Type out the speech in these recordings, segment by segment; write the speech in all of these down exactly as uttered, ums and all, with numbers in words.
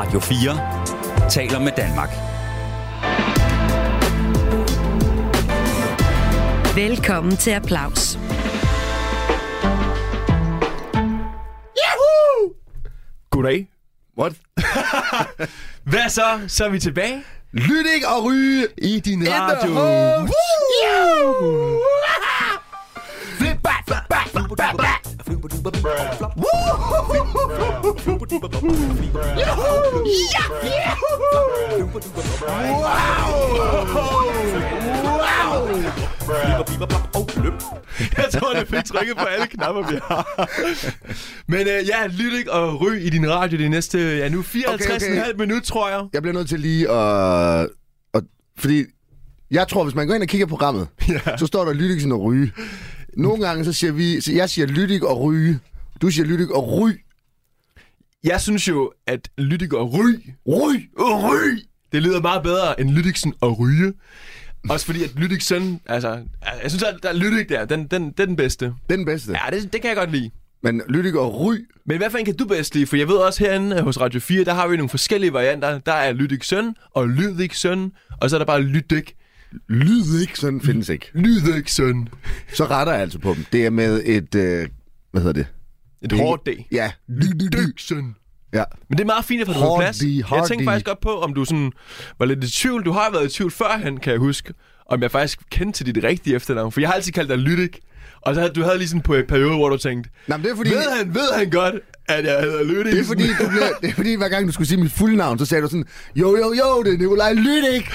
Radio fire taler med Danmark. Velkommen til Applaus. Yahoo! Goddag. What? Hvad så? Så er vi tilbage. Lyt ikke og ryge i din radio. Jeg tror, det fik trykket på alle knapper, vi har. Men uh, ja, lyt ikke og ryg i din radio de næste, ja nu fireoghalvtreds komma fem minut, tror jeg. Jeg bliver nødt til lige at... at fordi jeg tror, hvis man går ind og kigger på programmet, Ja. så står der lyt ikke og ryge. Nogle gange så siger vi... Så jeg siger lyt ikke og ryge. Du siger lyt ikke og ryg. Jeg synes jo, at Lydik og ryg, ryg og ryg, det lyder meget bedre end Lydiksen og ryge. Også fordi, at Lydiks søn, altså, jeg synes, at der er Lydik der, den, den, det er den bedste. Det er den bedste. Ja, det, det kan jeg godt lide. Men lyt ikke og ryg. Men hvad for en kan du bedst lide? For jeg ved også herinde hos Radio fire, der har vi nogle forskellige varianter. Der er Lydiks søn og Lydiks søn, og så er der bare Lydik. Lyd ikke, sådan findes ikke. Lydiks søn. Så retter jeg altså på dem. Det er med et... Øh, hvad hedder det? Et Det er hårdt D. Ja. Lydiks søn. Ja. Men det er meget fint at få det på plads. Hardy, Jeg hardy. tænkte faktisk godt på, om du sådan var lidt i tvivl. Du har været i tvivl førhen, kan jeg huske. Om jeg faktisk kendte til dit rigtige efternavn. For jeg har altid kaldt dig Lydik. Og så havde du havde lige sådan på en periode, hvor du tænkte, Nå, men det er fordi... ved han, ved han godt, at jeg hedder Lydik? Det er fordi, du bliver, det er fordi, hver gang du skulle sige mit fulde navn, så sagde du sådan, jo, jo, jo, det er Nikolaj Lydik.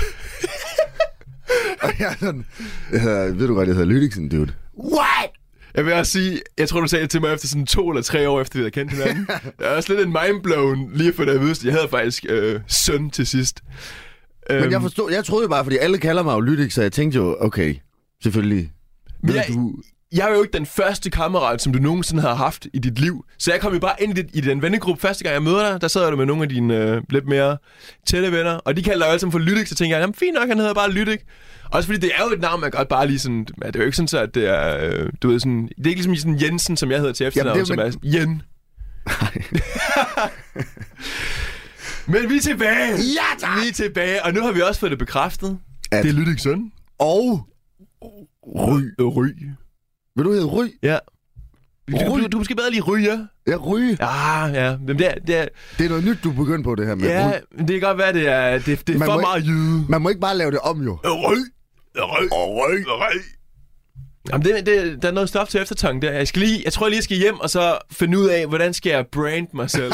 Og jeg er sådan, jeg hedder, ved du godt, jeg hedder Lydiksen, dude. What? Jeg vil også sige, jeg tror, du sagde det til mig efter sådan to eller tre år efter, vi havde kendt hinanden. Jeg er også lidt en mindblown lige for det at vide, jeg havde faktisk øh, søn til sidst. Men jeg forstod, jeg troede jo bare, fordi alle kalder mig jo Lydik, så jeg tænkte jo, okay, selvfølgelig. Ved jeg, du... jeg er jo ikke den første kammerat, som du nogensinde har haft i dit liv. Så jeg kom jo bare ind i, dit, i den vennegruppe første gang, jeg møder dig. Der sad du med nogle af dine øh, lidt mere tætte venner. Og de kaldte dig jo alle sammen for Lydik, så tænkte jeg, jamen fint nok, han hedder bare Lydik. Også fordi det er jo et navn, man godt bare lige sådan... Ja, det er jo ikke sådan, så, at det er... Øh, du ved sådan... Det er ikke ligesom sådan Jensen, som jeg hedder til efternavn, Jamen, som men... er Jen. Men vi er tilbage. Ja, tak. Vi er tilbage, og nu har vi også fået det bekræftet. At... Det er Lydiks søn. Og... Ryg. Ryg. Vil du hedde Ryg? Ja. Du, Ryg. du, du måske bedre lige ryge. Ja, Ryg. Ja, ja. Men det er, det er, Det er noget nyt, du er begyndt på, det her med ja, Ryg. men det kan godt være, det er, det, det er Man for må meget jyde. Man må ikke bare lave det om, jo. Ryg. Ryg. Ryg. Ryg. Jamen, det, det, der er noget stof til eftertanke der. Jeg, skal lige, jeg tror, jeg lige skal hjem og så finde ud af, hvordan skal jeg brand mig selv.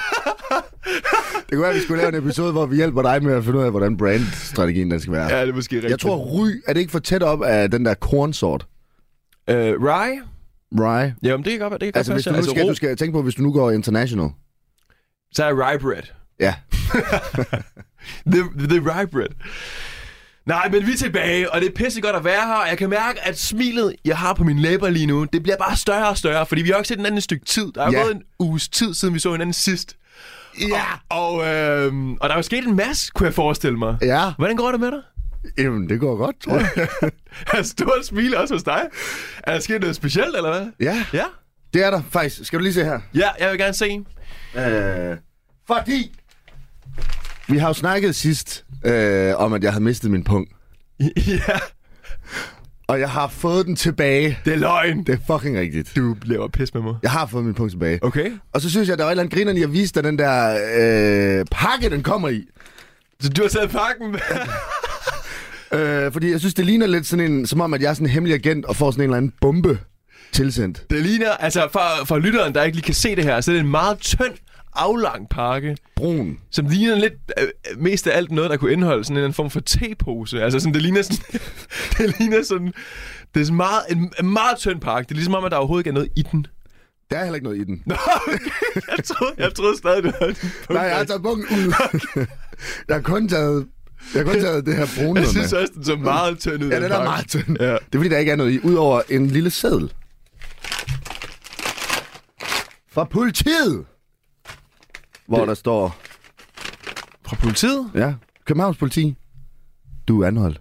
Det kunne være, at vi skulle lave en episode, hvor vi hjælper dig med at finde ud af, hvordan brandstrategien den skal være. Ja, det er måske rigtigt. Jeg tror, Ryg, er det ikke for tæt op af den der kornsort? Uh, rye? Rye? Jamen, det kan godt være. Det kan Altså, godt hvis du være. nu skal, du skal tænke på, hvis du nu går international. Så er rye bread. Ja. the, the rye bread. Nej, men vi er tilbage, og det er pissegodt at være her, og jeg kan mærke, at smilet, jeg har på mine læber lige nu, det bliver bare større og større, fordi vi har jo ikke set hinanden et stykke tid. Der er jo Ja. gået en uges tid, siden vi så hinanden sidst. Ja. Og, og, øhm, og der er jo sket en masse, kunne jeg forestille mig. Ja. Hvordan går det med dig? Jamen, det går godt, tror jeg. Er stort smil også hos dig? Er der sket noget specielt, eller hvad? Ja, Ja? det er der faktisk. Skal du lige se her? Ja, jeg vil gerne se. Øh, fordi... Vi har jo snakket sidst øh, om, at jeg havde mistet min pung. Ja, Og jeg har fået den tilbage. det er løgn. Det er fucking rigtigt. Du laver pis med mig. Jeg har fået min pung tilbage. Okay. Og så synes jeg, der var et eller andet griner, jeg viste dig den der øh, pakke, den kommer i. Så du har taget pakken med? Øh, fordi jeg synes, det ligner lidt sådan en, som om, at jeg er sådan en hemmelig agent og får sådan en eller anden bombe tilsendt. Det ligner, altså for, for lytteren, der ikke lige kan se det her, så er det en meget tynd, aflang pakke, Brun. som ligner lidt øh, mest af alt noget, der kunne indeholde sådan en form for tepose. Altså sådan, det ligner sådan, det ligner sådan, det er sådan meget, en, en meget tynd pakke. Det er ligesom om, at der overhovedet ikke er noget i den. Der er heller ikke noget i den. Nå, okay. jeg, troede, jeg troede stadig, du havde din punkt. Nej, jeg har taget punkten ud. Jeg har kun taget, jeg har kun taget det her brune Jeg med. synes også, den så meget tynd ud. Ja, den er meget tynd. Ja. Det er fordi, der ikke er noget i, udover en lille seddel. Fra politiet! Hvor Det- der står, Fra politiet? ja, Københavns politi, du er anholdt.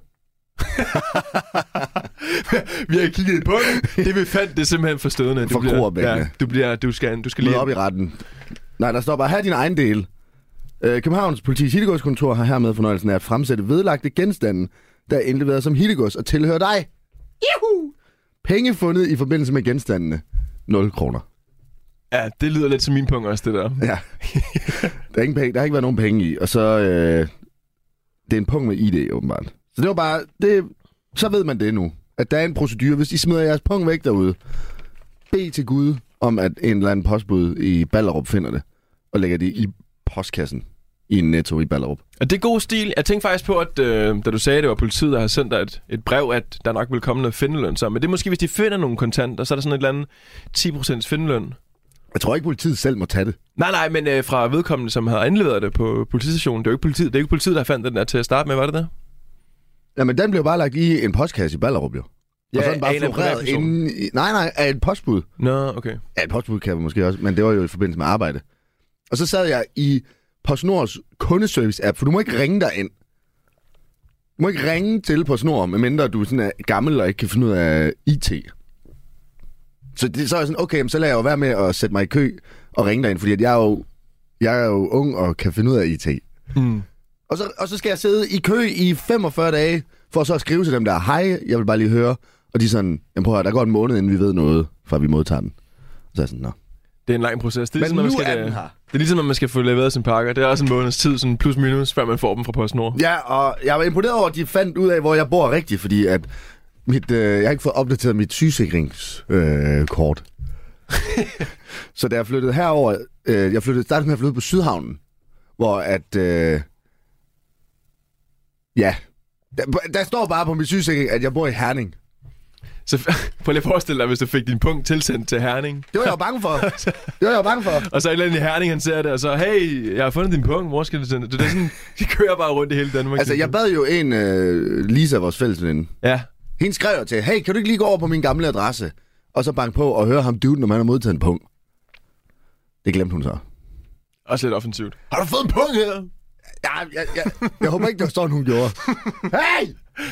Vi har kigget på det. Det vi fandt, det er simpelthen for stødende. For bliver, grobækkene. ja, du, bliver, du skal, du skal Mød lige... op i retten. Nej, der står bare, her er din egen del. Øh, Københavns Politis hittegodskontor har hermed fornøjelsen af at fremsætte vedlagte genstande, der er indleveret som hittegods og tilhører dig. Juhu! Penge fundet i forbindelse med genstandene. nul kroner. Ja, det lyder lidt som min punkt også, det der. Ja. Der er, ingen penge, der har ikke været nogen penge i, og så... Øh, det er en punkt med I D, åbenbart. Så det var bare... Det, så ved man det nu, at der er en procedure. Hvis I smider jeres punkt væk derude, bed til Gud om, at en eller anden postbud i Ballerup finder det, og lægger det i postkassen i en Netto i Ballerup. Og det er god stil. Jeg tænkte faktisk på, at øh, da du sagde, at det var politiet, der har sendt dig et, et brev, at der nok vil komme noget findeløn sammen. Men det er måske, hvis de finder nogle kontanter, så er der sådan et eller andet ti procent findeløn. Jeg tror ikke, politiet selv må tage det. Nej, nej, men øh, fra vedkommende, som havde indleveret det på politistationen. Det er jo ikke politiet, det er ikke politiet, der fandt den der til at starte med, var det det? Jamen, den blev bare lagt i en postkasse i Ballerup, jo. Ja, og så er den bare af en floreret inden... I, nej, nej, af et postbud. Nå, okay. Ja, et postbud kan jeg måske også, men det var jo i forbindelse med arbejde. Og så sad jeg i PostNords kundeservice-app, for du må ikke ringe dig ind. Du må ikke ringe til PostNord, medmindre du sådan er gammel og ikke kan finde ud af I T. Så, det, så er jeg sådan, okay, så lader jeg jo være med at sætte mig i kø og ringe dig ind, fordi at jeg, er jo, jeg er jo ung og kan finde ud af I T. Mm. Og, så, og så skal jeg sidde i kø i femogfyrre dage, for så at skrive til dem der, hej, jeg vil bare lige høre. Og de er sådan, jamen prøv at høre, der går en måned, inden vi ved noget, fra vi modtager den. Så er jeg sådan, nå. Det er en lang proces. Det er, Men ligesom, nu man skal, er den her. Det er ligesom, at man skal få leveret sin pakker. Det er også en måneds tid, sådan plus minus, før man får dem fra PostNord. Ja, og jeg var imponeret over, at de fandt ud af, hvor jeg bor rigtigt, fordi at mit, øh, jeg har ikke fået opdateret mit sygesikringskort. Øh, så da jeg flyttede herover, øh, jeg flyttede, startede med at flytte på Sydhavnen, hvor at, øh, ja, der, der står bare på min sygesikring, at jeg bor i Herning. Så prøv lige at forestille dig, hvis du fik din punkt tilsendt til Herning. Det var jeg jo bange for. Det var jeg jo bange for. Og så er et eller andet i Herning, han ser det, og så, hey, jeg har fundet din punkt, hvor skal du sende det? Det er sådan, de kører bare rundt i hele Danmark. Altså, jeg bad jo en, øh, Lisa, vores fællesveninde. Ja. Hende skrev jeg til, hey, kan du ikke lige gå over på min gamle adresse, og så banke på og høre ham duden, når man har modtaget en punkt? Det glemte hun så. Også lidt offensivt. Har du fået en punkt her? Ja, jeg, jeg, jeg, jeg håber ikke, det var sådan, hun gjorde. Hey!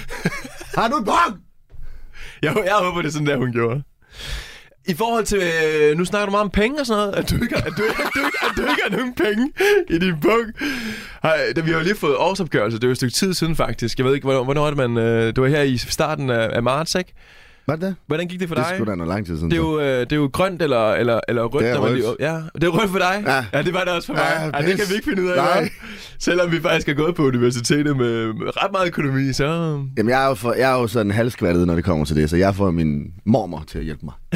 Har du en punkt? Jeg, jeg håber, det er sådan, der hun gjorde. I forhold til, øh, nu snakker du meget om penge og sådan noget, at du ikke, at du, at du, at du ikke har nogen penge i din punkt. Da vi har jo lige fået årsopgørelse, det var et stykke tid siden faktisk. Jeg ved ikke, hvornår, hvornår er det, man... Øh, det var her i starten af, af marts, ikke? Hvad er det? Hvordan gik det for dig? Det skulle da noget lang tid siden. Det er jo, øh, det er jo grønt eller, eller, eller rødt. Det er rødt. Lige, ja, det er rødt for dig? Ja. Ja, det var det også for mig. Ja, ja, det kan vi ikke finde ud af. Nej. Med. Selvom vi faktisk har gået på universitetet med, med ret meget økonomi, så... Jamen, jeg er jo, for, jeg er jo sådan halvskvattet, når det kommer til det, så jeg får min mormor til at hjælpe mig.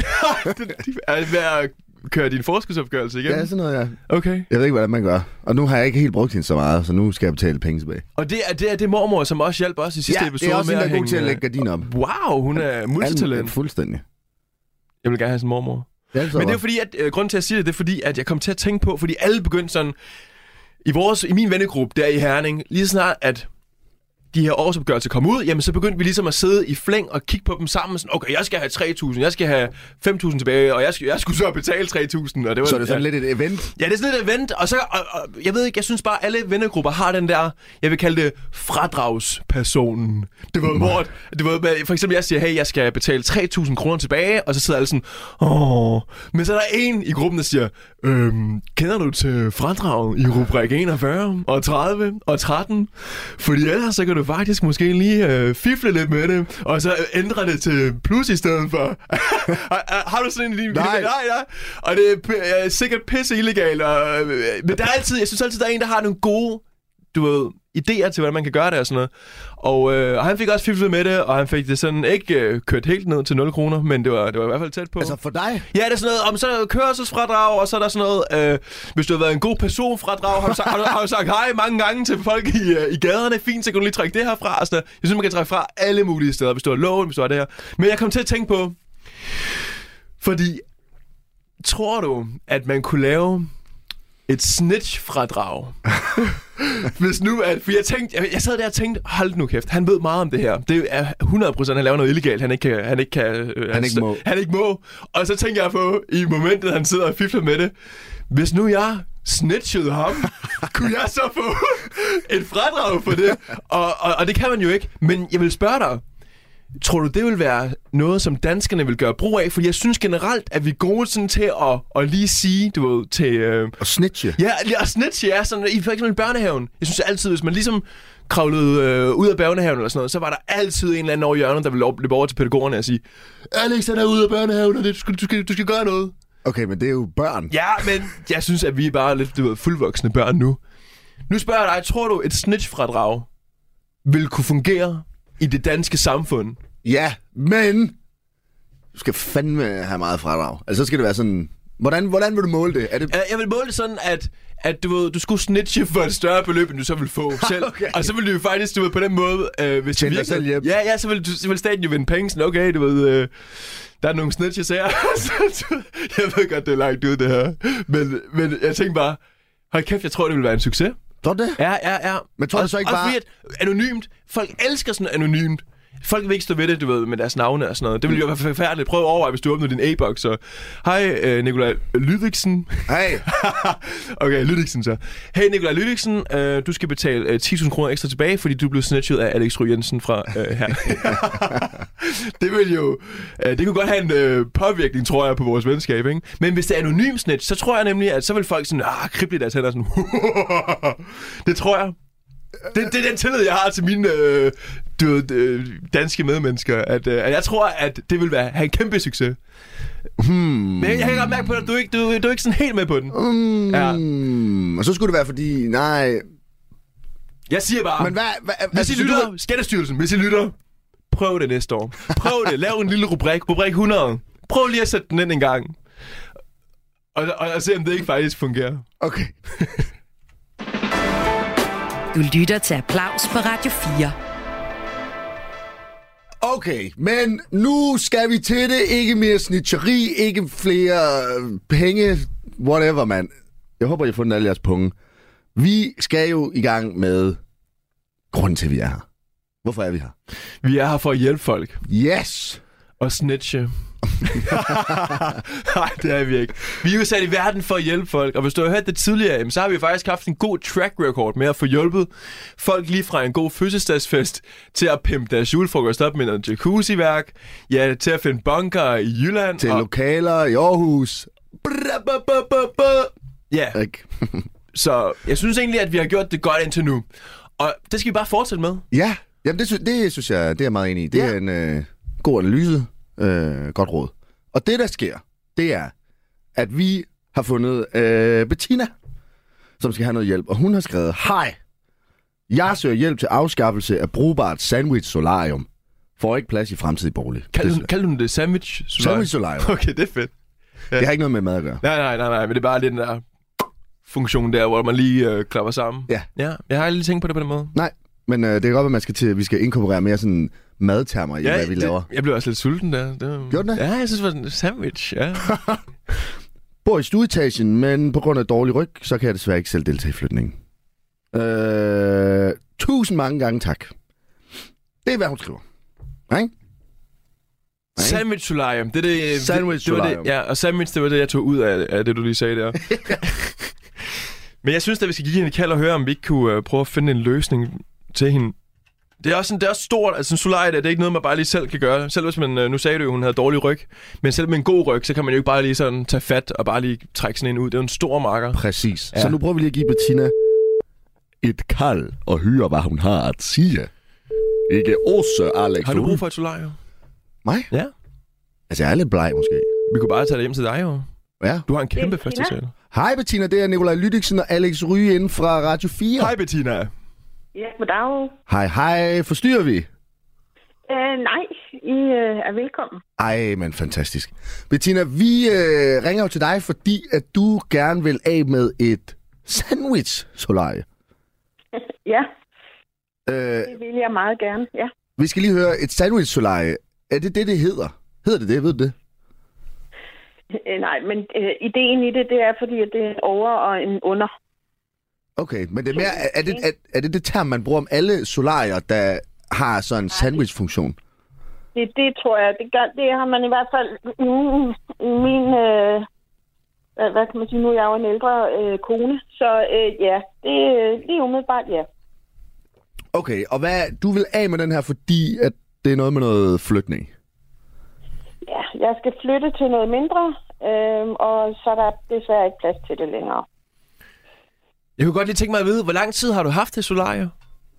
Er det ved at køre din forskudsopgørelse igen? Ja, sådan noget, ja. Okay. Jeg ved ikke, hvordan man gør. Og nu har jeg ikke helt brugt hende så meget, så nu skal jeg betale penge tilbage. Og det er det, er det mormor, som også hjalp os i sidste ja, episode det er også med hende, der er god til at hænge- lægge gardiner op. Wow, hun er multitalent. Alt, fuldstændig. Jeg vil gerne have sådan en mormor. Det er Men det er jo fordi, at øh, grunden til at sige det, det er fordi, at jeg kom til at tænke på, fordi alle begyndte sådan, i, vores, i min vennegruppe der i Herning, lige så snart at de her årsopgørelser kom ud, jamen så begyndte vi ligesom at sidde i flæng og kigge på dem sammen. Sådan, okay, jeg skal have tre tusind, jeg skal have fem tusind tilbage, og jeg, skal, jeg skulle så betale tre tusind. Og det var, Så er det sådan ja. lidt et event? Ja, det er sådan et event, og så, og, og, jeg ved ikke, jeg synes bare, at alle vennegrupper har den der, jeg vil kalde det fradragspersonen. Det var, hvor, det var, for eksempel, jeg siger, hey, jeg skal betale tre tusind kroner tilbage, og så sidder alle sådan, åh. Men så er der en i gruppen, der siger, øhm, kender du til fradrag i rubrik enogfyrre og tredive og tretten? Fordi ellers så kan du faktisk måske lige øh, fifle lidt med det, og så ændre det til plus i stedet for. Har du sådan en lille... Nej. nej, nej. Og det er p- øh, sikkert pisse illegalt. Og, øh, men der er altid, jeg synes altid, der er en, der har nogle gode, du ved, idéer til, hvordan man kan gøre det og sådan noget. Og, øh, og han fik også fiflet med det, og han fik det sådan ikke øh, kørt helt ned til nul kroner, men det var, det var i hvert fald tæt på. Altså for dig? Ja, det er sådan noget, om så er der kørselsfradrag, og så er der sådan noget, øh, hvis du har været en god personfradrag, har du, sagt, har, du, har du sagt hej mange gange til folk i, øh, i gaderne, fint, så kan du lige trække det her fra. Altså, jeg synes, man kan trække fra alle mulige steder, hvis du har lån, hvis du har det her. Men jeg kom til at tænke på, fordi, tror du, at man kunne lave et snitch-fradrag? Hvis nu, at, for jeg tænkte, jeg, jeg sad der og tænkte, hold nu kæft, han ved meget om det her. Det er hundrede procent, han laver noget illegalt, han ikke kan, han ikke kan, øh, Han ikke må. Han ikke må. Og så tænker jeg på, i momentet, han sidder og fifler med det, hvis nu jeg snitchede ham, kunne jeg så få et fradrag for det? Og, og, og det kan man jo ikke. Men jeg vil spørge dig, tror du, det vil være noget, som danskerne vil gøre brug af? Fordi jeg synes generelt, at vi er gode sådan til at, at lige sige, du ved, til... Øh, og snitche. Ja, og snitche, ja. Sådan, i for eksempel børnehaven. Jeg synes altid, hvis man ligesom kravlede øh, ud af børnehaven eller sådan noget, så var der altid en eller anden over hjørnet, der ville løbe over til pædagogerne og sige, Alex, han er ude af børnehaven, og det, du, skal, du, skal, du skal gøre noget. Okay, men det er jo børn. Ja, men jeg synes, at vi er bare lidt, du ved, fuldvoksne børn nu. Nu spørger jeg dig, tror du, et snitch-fradrag vil kunne fungere i det danske samfund? Ja, men du skal fandme have meget fradrag. Altså, så skal det være sådan... Hvordan, hvordan vil du måle det? Er det... Jeg vil måle det sådan, at, at du, ved, du skulle snitche for et større beløb, end du så vil få selv. Okay. Og så vil du jo faktisk, du ved, på den måde... Øh, hvis Tjene dig selv hjem. Ja, ja, så vil, du, så vil staten jo vinde penge. Sådan, okay, du ved... Øh, der er nogle snitches her. Jeg ved godt, det er langt ud, det her. Men, men jeg tænker bare... Hold kæft, jeg tror, det vil være en succes. Tror du det? Ja, ja, ja. Men tror du så ikke også bare... Også fordi, at anonymt... Folk elsker sådan anonymt. Folk vil ikke stå ved det, du ved, med deres navne og sådan noget. Det ville jo være forfærdeligt. Prøv at overveje, hvis du åbner din e-boks, så... Hej, øh, Nikolaj Lydvigsen. Hej. Okay, Lydvigsen så. Hey, Nikolaj Lydvigsen, øh, du skal betale øh, ti tusind kroner ekstra tilbage, fordi du blev snitchet af Alex Rye Jensen fra øh, her. Det vil jo... Øh, det kunne godt have en øh, påvirkning, tror jeg, på vores venskab, ikke? Men hvis det er anonym snitch, så tror jeg nemlig, at så vil folk sådan... Ah, krible deres hænder sådan... Det tror jeg. Det, det er den tillid, jeg har til mine øh, du, øh, danske medmennesker, at, øh, at jeg tror, at det vil være, have en kæmpe succes. Hmm. Men jeg, jeg kan godt mærke på dig, at du er ikke, du, du er ikke sådan helt med på den. Hmm. Ja. Og så skulle det være, fordi... Nej... Jeg siger bare... Men hvad... hvad hvis altså, I lytter, du... Skattestyrelsen, hvis I lytter, prøv det næste år. Prøv det. Lav en lille rubrik, rubrik hundrede. Prøv lige at sætte den ind en gang. Og, og, og se, om det ikke faktisk fungerer. Okay. Du lytter til Applaus på Radio fire. Okay, men nu skal vi til det. Ikke mere snitcheri, ikke flere penge, whatever, mand. Jeg håber, I har fundet alle jeres punge. Vi skal jo i gang med grunden til, at vi er her. Hvorfor er vi her? Vi er her for at hjælpe folk. Yes! Og snitche. Nej, det er vi ikke. Vi er jo sat i verden for at hjælpe folk, og hvis du har hørt det tidligere, så har vi faktisk haft en god track record med at få hjulpet folk lige fra en god fødselsdagsfest til at pimpe deres julefrokost op med noget jacuzzi-værk, ja, til at finde bunker i Jylland. Til og... lokaler i Aarhus. Ja, så jeg synes egentlig, at vi har gjort det godt indtil nu. Og det skal vi bare fortsætte med. Ja, jamen det, sy- det synes jeg, det er jeg meget enig i. Det ja. er en øh, god analyse. Øh, godt råd. Og det, der sker, det er, at vi har fundet øh, Bettina, som skal have noget hjælp. Og hun har skrevet, hej, jeg søger hjælp til afskaffelse af brugbart sandwich-solarium. Får ikke plads i fremtidig bolig. Kalder du det sandwich-solarium? Sandwich-solarium. Okay, det er fedt. Ja. Det har ikke noget med mad at gøre. Nej, nej, nej, nej, men det er bare lidt den der funktion der, hvor man lige øh, klapper sammen. Ja. Ja, jeg har aldrig lige tænkt på det på den måde. Nej, men øh, det kan godt være, at man skal til, vi skal inkorporere mere sådan madtermer i, ja, hvad vi det, laver. Jeg blev også lidt sulten der. Det var... Gjorde den det? Ja, jeg synes, det var en sandwich, ja. Bor i stueetagen, men på grund af dårlig ryg, så kan jeg desværre ikke selv deltage i flytningen. Øh, tusind mange gange tak. Det er, hvad hun skriver. Nej? Sandwich solarium, det er det... Sandwich solarium. Ja, og sandwich, det var det, jeg tog ud af, af det, du lige sagde der. Men jeg synes, at vi skal give hende et kald og høre, om vi ikke kunne uh, prøve at finde en løsning til hende. Det er også, sådan, det er også stort. Altså, en solarie, det er ikke noget, man bare lige selv kan gøre. Selv hvis man, nu sagde du jo, hun havde dårlig ryg. Men selv med en god ryg, så kan man jo ikke bare lige sådan tage fat og bare lige trække sådan en ud. Det er jo en stor marker. Præcis. Ja. Så nu prøver vi lige at give Bettina et kald og høre, hvad hun har at sige. Ikke også, Alex. Har du brug for et solarium? Mig? Ja. Altså, jeg er lidt bleg, måske. Vi kunne bare tage det hjem til dig, jo. Ja. Du har en kæmpe festival. Hej, Bettina. Det er Nikolaj Lydvigsen og Alex Rye inden fra Radio fire. Hej, Bettina. Ja, goddag. Hej, hej. Forstyrrer vi? Uh, nej, I uh, er velkommen. Ej, men fantastisk. Bettina, vi øh, ringer jo til dig, fordi at du gerne vil af med et sandwich-solarie. Ja, øh, det vil jeg meget gerne, ja. Vi skal lige høre, et sandwich-solarie, er det det, det hedder? Hedder det det, ved du det? Uh, nej, men uh, ideen i det, det er, fordi at det er en over og en under. Okay, men det er mere, er, er, det, er, er det det term, man bruger om alle solarier, der har sådan en sandwich-funktion? Det, det tror jeg, det, gør, det har man i hvert fald i min, øh, hvad, hvad kan man sige, nu er jeg jo en ældre øh, kone, så øh, ja, det er lige umiddelbart, ja. Okay, og hvad, du vil af med den her, fordi at det er noget med noget flytning. Ja, jeg skal flytte til noget mindre, øhm, og så er der desværre ikke plads til det længere. Jeg kunne godt lige tænke mig at vide, hvor lang tid har du haft det solarie?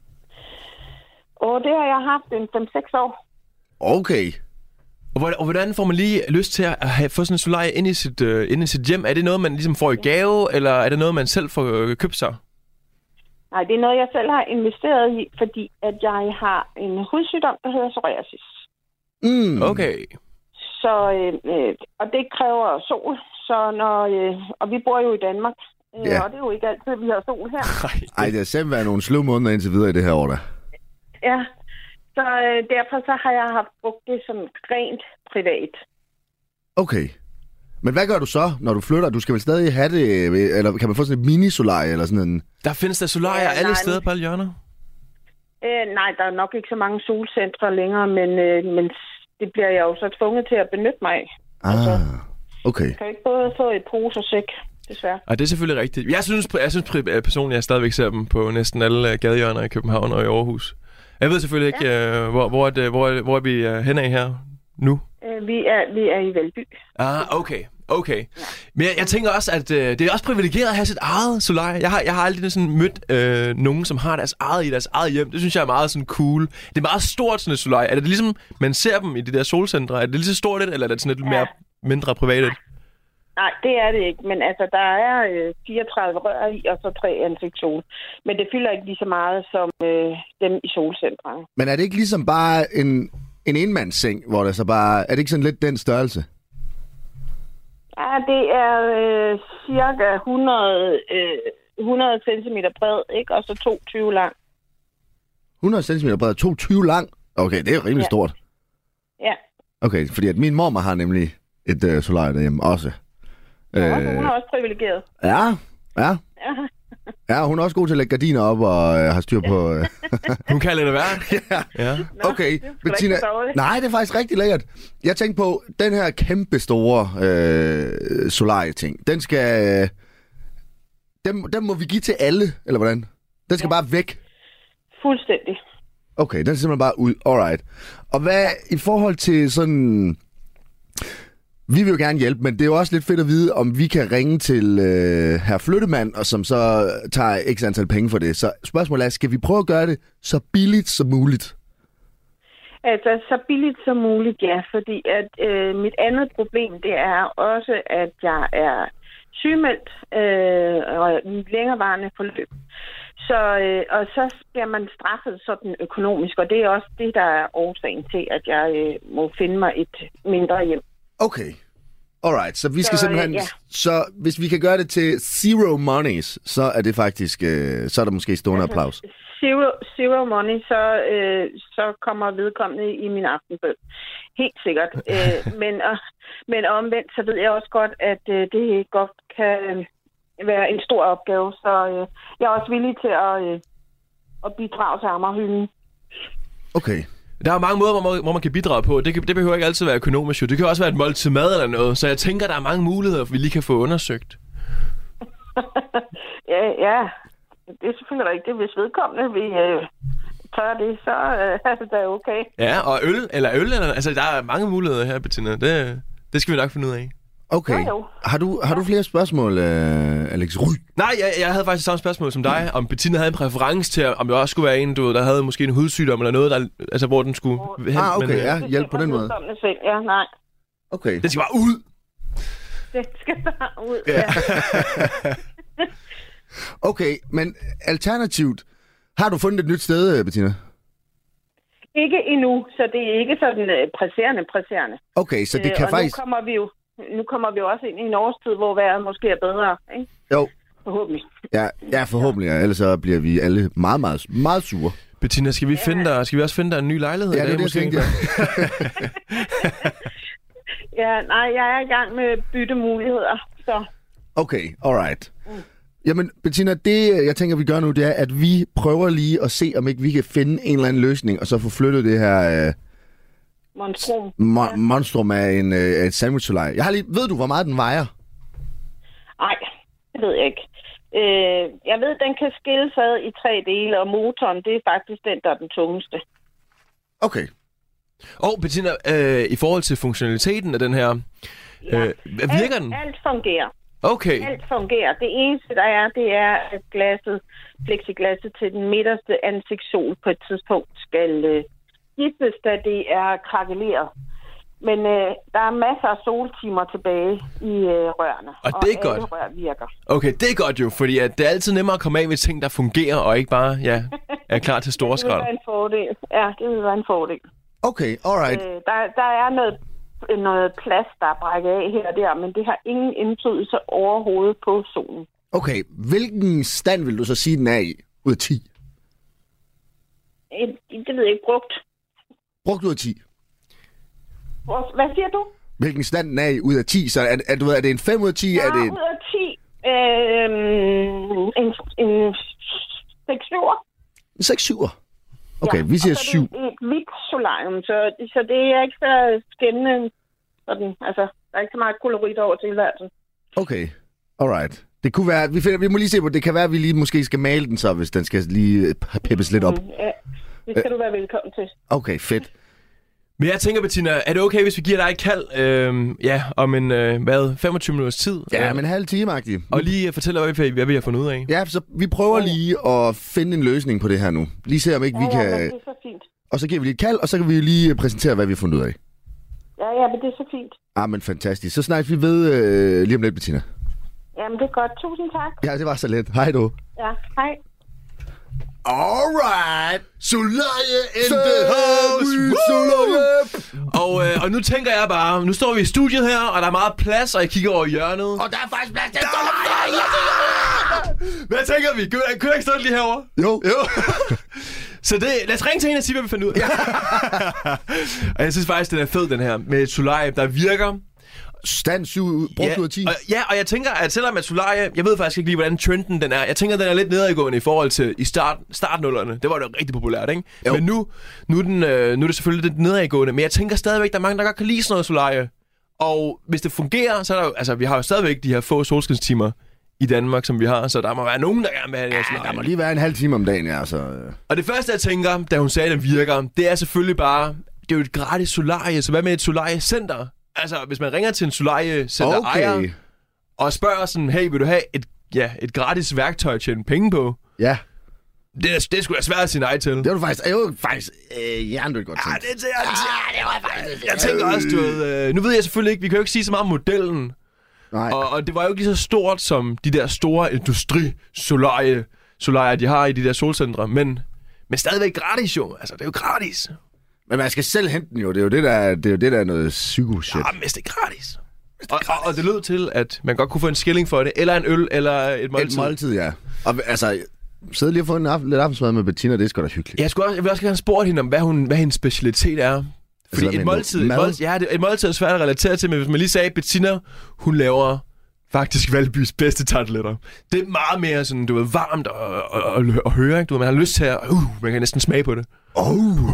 Og det har jeg haft en fem seks år. Okay. Og hvordan, og hvordan får man lige lyst til at have, få sådan en solarie ind i, sit, uh, ind i sit hjem? Er det noget, man ligesom får i gave, eller er det noget, man selv får uh, købt sig? Nej, det er noget, jeg selv har investeret i, fordi at jeg har en hudsygdom, der hedder psoriasis. Mm. Okay. Så, øh, øh, og det kræver sol, så når, øh, og vi bor jo i Danmark, øh, Ja. og det er jo ikke altid, vi har sol her. Ej, det har simpelthen været nogle slå måneder indtil videre i det her år, da. Ja, så øh, derfor så har jeg haft brugt det som rent privat. Okay. Men hvad gør du så, når du flytter? Du skal vel stadig have det, eller kan man få sådan et mini-solarie eller sådan en... Der findes der solarier Ja, alle nej. steder på alle hjørner. Øh, nej, der er nok ikke så mange solcentre længere, men, øh, men det bliver jeg jo så tvunget til at benytte mig af. Ah, okay. Jeg kan ikke både få et pose og sæk, desværre. Og det er selvfølgelig rigtigt. Jeg synes, jeg synes personligt, at jeg stadigvæk ser dem på næsten alle gadehjørner i København og i Aarhus. Jeg ved selvfølgelig ikke, ja. uh, hvor, hvor, er det, hvor, er, hvor er vi uh, hen af her nu? Øh, vi, er, vi er i Valby. Ah, okay. Okay. Men jeg, jeg tænker også, at øh, det er også privilegeret at have sit eget solarie. Jeg har, jeg har aldrig sådan mødt øh, nogen, som har deres eget i deres eget hjem. Det synes jeg er meget sådan cool. Det er meget stort, sådan et solarie. Er det ligesom, man ser dem i de der solcentre? Er det lige så stort et, eller er det sådan lidt Ja. mere mindre privat et? Nej, det er det ikke. Men altså, der er øh, fireogtredive rør i, og så tre ansigtshjul. Men det fylder ikke lige så meget som øh, dem i solcentrene. Men er det ikke ligesom bare en, en enmandsseng, hvor der så bare... Er det ikke sådan lidt den størrelse? Ja, det er øh, cirka hundrede, øh, hundrede centimeter bred, ikke? Og så toogtyve lang. hundrede centimeter bred, toogtyve lang? Okay, det er rimelig Ja. stort. Ja. Okay, fordi at min mormor har nemlig et øh, solarie derhjemme også. Ja, øh... hun er også privilegeret. Ja, ja. Ja. Ja, hun er også god til at lægge gardiner op og øh, har styr på... Øh. Hun kan lidt af hvert. ja. Ja. Nå, Okay, det er sgu da Bettina. ikke så dårligt. Nej, det er faktisk rigtig lækkert. Jeg tænkte på, den her kæmpe store øh, solarie-ting, den skal... Øh, den, den må vi give til alle, eller hvordan? Den skal ja. bare væk. Fuldstændig. Okay, den er simpelthen bare ud. Alright. Og hvad i forhold til sådan... Vi vil jo gerne hjælpe, men det er jo også lidt fedt at vide, om vi kan ringe til øh, herr Flyttemand, og som så tager x antal penge for det. Så spørgsmålet er, skal vi prøve at gøre det så billigt som muligt? Altså, så billigt som muligt, ja. Fordi at øh, mit andet problem, det er også, at jeg er sygemeldt øh, og i længerevarende forløb. Så, øh, og så bliver man straffet sådan økonomisk, og det er også det, der er årsagen til, at jeg øh, må finde mig et mindre hjem. Okay. Alright, så vi skal Så, simpelthen... ja. Så hvis vi kan gøre det til zero monies, så er det faktisk... Øh, så er der måske stående applaus. Zero, zero money, så, øh, så kommer vedkommende i min aftenbøn. Helt sikkert. øh, men, og, men omvendt, så ved jeg også godt, at øh, det godt kan være en stor opgave. Så øh, jeg er også villig til at, øh, at bidrage til Amagerhylden. Okay. Der er mange måder, hvor man, hvor man kan bidrage på. Det, kan, det behøver ikke altid være økonomisk. Jo. Det kan også være et måltid mad eller noget. Så jeg tænker, der er mange muligheder, vi lige kan få undersøgt. ja, ja, det er selvfølgelig rigtigt. Hvis vedkommende vi øh, tør det, så øh, er det da okay. Ja, og øl, eller øl, eller, altså der er mange muligheder her, Bettina. Det, det skal vi nok finde ud af. Okay. Jo, jo. Har du, har du flere spørgsmål, øh, Alex Ry? Nej, jeg, jeg havde faktisk samme spørgsmål som dig, om Bettina havde en præference til, om det også skulle være en, du, der havde måske en hudsygdom eller noget, der, altså hvor den skulle hen. Ah, okay, men, øh, ja, hjælp på den måde. Selv. Ja, nej. Okay. Den skal bare ud. Det skal bare ud. Ja. Ja. Okay, men alternativt, har du fundet et nyt sted, øh, Bettina? Ikke endnu, så det er ikke sådan øh, presserende, presserende. Okay, så det Øh, kan og faktisk... nu kommer vi jo nu kommer vi jo også ind i en årstid, hvor vejret måske er bedre, ikke? Jo. Forhåbentlig. Ja, ja forhåbentlig, ja. Ellers så bliver vi alle meget, meget, meget sure. Bettina, skal vi, ja. finde dig, skal vi også finde dig en ny lejlighed? Ja, i det er dag, det, jeg måske? tænkte. Ja, nej, jeg er i gang med byttemuligheder, så... Okay, alright. Mm. Jamen, Bettina, det jeg tænker, vi gør nu, det er, at vi prøver lige at se, om ikke vi kan finde en eller anden løsning, og så få flyttet det her... Øh, Monstrum. Mo- monstrum af en, øh, et sandwich-solarie. Jeg har lige... Ved du, hvor meget den vejer? Nej, det ved jeg ikke. Øh, jeg ved, den kan skilles ad i tre dele, og motoren, det er faktisk den, der er den tungeste. Okay. Og Bettina, øh, i forhold til funktionaliteten af den her, Ja. øh, virker alt, den? alt fungerer. Okay. Alt fungerer. Det eneste, der er, det er, at glasset, plexiglasset til den midterste ansigtssol på et tidspunkt skal øh, gittes, da det er krakeleret. Men øh, der er masser af soltimer tilbage i øh, rørene. Og det er og godt. alle rør virker. Okay, det er godt jo, fordi at det er altid nemmere at komme af med ting, der fungerer, og ikke bare ja, er klar til store Det vil skrald. være en fordel. Ja, det vil være en fordel. Okay, alright. Øh, der, der er noget, noget plads, der er brækket af her og der, men det har ingen indflydelse overhovedet på solen. Okay, hvilken stand vil du så sige, den er i ud af ti? Et, det ved jeg ikke, brugt. Brugt ud af ti. Hvor- Hvad siger du? Hvilken stand den er i ud af ti? Så er, er, du ved, er det en fem ud af ti? Ja, Er det en ud af ti. Øh, en en seks syv. seks syv? Okay, ja. vi siger Og så er syv. det et hvidt solarium, så, så det er ikke så skændende. Sådan, altså, der er ikke så meget kolorit over tilværelsen. Okay, alright. Det kunne være, vi, finder, vi må lige se på, det kan være, at vi lige måske skal male den så, hvis den skal lige peppes lidt op. Mm, ja, det skal øh. du være velkommen til. Okay, fedt. Men jeg tænker, Bettina, er det okay, hvis vi giver dig et kald øh, ja, om en, øh, hvad, femogtyve minutters tid? Ja, Øh, men en halv time-agtig. Og lige fortælle, hvad vi, hvad vi har fundet ud af. Ja, så vi prøver lige at finde en løsning på det her nu. Lige se, om ikke vi Ja, ja, men kan... det er så fint. Og så giver vi lige et kald, og så kan vi lige præsentere, hvad vi har fundet ud af. Ja, ja, men det er så fint. Ah, men fantastisk. Så snakkes vi ved øh, lige om lidt, Bettina. Jamen, det er godt. Tusind tak. Ja, det var så let. Hej du. Ja, hej. Alright. Solarie in the house. Solarie. Og, øh, og nu tænker jeg bare, nu står vi i studiet her, og der er meget plads, og jeg kigger over hjørnet. Og der er faktisk plads til Hvad tænker vi? Kunne jeg, kunne jeg ikke stå lige herovre? Jo. Jo. Så det, lad os ringe til hende og sige, hvad vi fandt ud af. Og jeg synes faktisk, den er fed, den her, med et solarie, der virker. Stand syv, brugt ud af ti. Og, ja, og jeg tænker, at selvom at solarie, jeg ved faktisk ikke lige, hvordan trenden den er. Jeg tænker, den er lidt nedadgående i forhold til i start, startnullerne. Det var jo rigtig populært, ikke? Jo. Men nu, nu, er den, øh, nu er det selvfølgelig lidt nedadgående. Men jeg tænker stadigvæk, der er mange, der godt kan lide sådan noget solarie. Og hvis det fungerer, så er der jo, altså, vi har jo stadigvæk de her få solskinstimer i Danmark, som vi har. Så der må være nogen, der gerne vil have det her Ja, solarie. der må lige være en halv time om dagen, ja. Så... Og det første, jeg tænker, da hun sagde, at den virker, det er selvfølgelig bare, det er jo et gratis solarie. Så hvad med et solariecenter? Altså, hvis man ringer til en solariecenter ejer Okay. og spørger sådan, hey, vil du have et, ja, et gratis værktøj at tjene penge på? Ja, Det er, det er sgu da svært at sige nej til. det var du faktisk, det var faktisk øh, hjernedødt godt Ja, tænkt. det, det, jeg, ja, det var faktisk... Jeg tænker også, du ved... Øh, nu ved jeg selvfølgelig ikke, vi kan jo ikke sige så meget om modellen. Nej. Og, og det var jo ikke lige så stort som de der store industri-solarier, solarier, de har i de der solcentre. Men, men stadigvæk gratis jo. Altså, det er jo gratis. Men man skal selv hente den jo. Det er jo det, der, det er, jo det, der er noget psyko-shit. Ja, men hvis det er gratis. Og, og, og det lød til, at man godt kunne få en skilling for det. Eller en øl, eller et måltid. Et måltid, ja. Og altså, sidde lige og få en aften, lidt aftensmad med Bettina, det er sgu da hyggeligt. Jeg, skulle også, jeg vil også gerne spørge hende om, hvad, hun, hvad hendes specialitet er. Fordi Altså, et måltid, et, mad? måltid, ja, det, et måltid er svært at relatere til, men hvis man lige sagde, Bettina, hun laver faktisk Valbys bedste tarteletter. Det er meget mere sådan, du ved, varmt at, at, at, at høre, ikke? Du ved, man har lyst til at, uh, man kan næsten smage på det. Oh,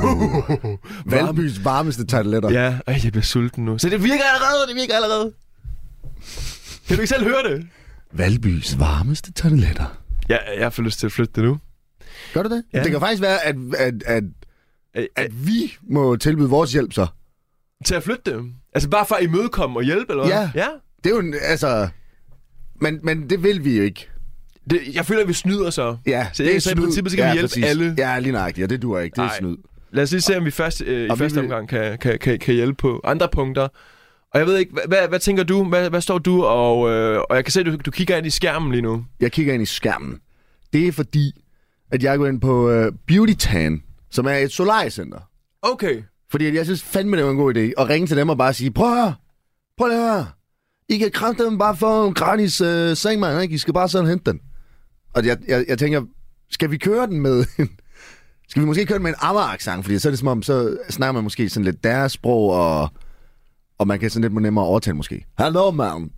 Valbys varmeste tarteletter. Ja, øh, jeg bliver sulten nu. Så det virker allerede, det virker allerede. Kan du ikke selv høre det? Valbys varmeste tarteletter. Ja, jeg får lyst til at flytte det nu. Gør du det? Ja. Det kan faktisk være, at, at, at, Øh, at vi må tilbyde vores hjælp så. Til at flytte det? Altså bare for at imødekomme og hjælpe, eller hvad? Ja. Ja. Det er jo, en- altså... Men, men det vil vi jo ikke. Det, jeg føler, at vi snyder så. Ja, Så, jeg, så i snyd. princippet skal vi hjælpe præcis. alle. Ja, lige nøjagtigt. Ja, det duer ikke. Det er Nej. snyd. Lad os lige se, om vi først, øh, i Og vi første vil- omgang kan, kan, kan, kan hjælpe på andre punkter. Og jeg ved ikke, hvad, hvad, hvad tænker du? Hvad, hvad står du? Og, øh, og jeg kan se, at du, du kigger ind i skærmen lige nu. Jeg kigger ind i skærmen. Det er fordi, at jeg går ind på uh, Beauty Tan, som er et solariecenter. Okay. Fordi at jeg synes fandme, det var en god idé at ringe til dem og bare sige, prøv at høre, prøv at høre. I kan kraftedeme bare få en gratis uh, seng, man, ikke? I skal bare sådan hente den. Og jeg, jeg, jeg tænker, skal vi køre den med en... Skal vi måske køre den med en Amager-accent? Fordi så er det som om, så snakker man måske sådan lidt deres sprog, og, og man kan sådan lidt nemmere overtale måske. Hello, man.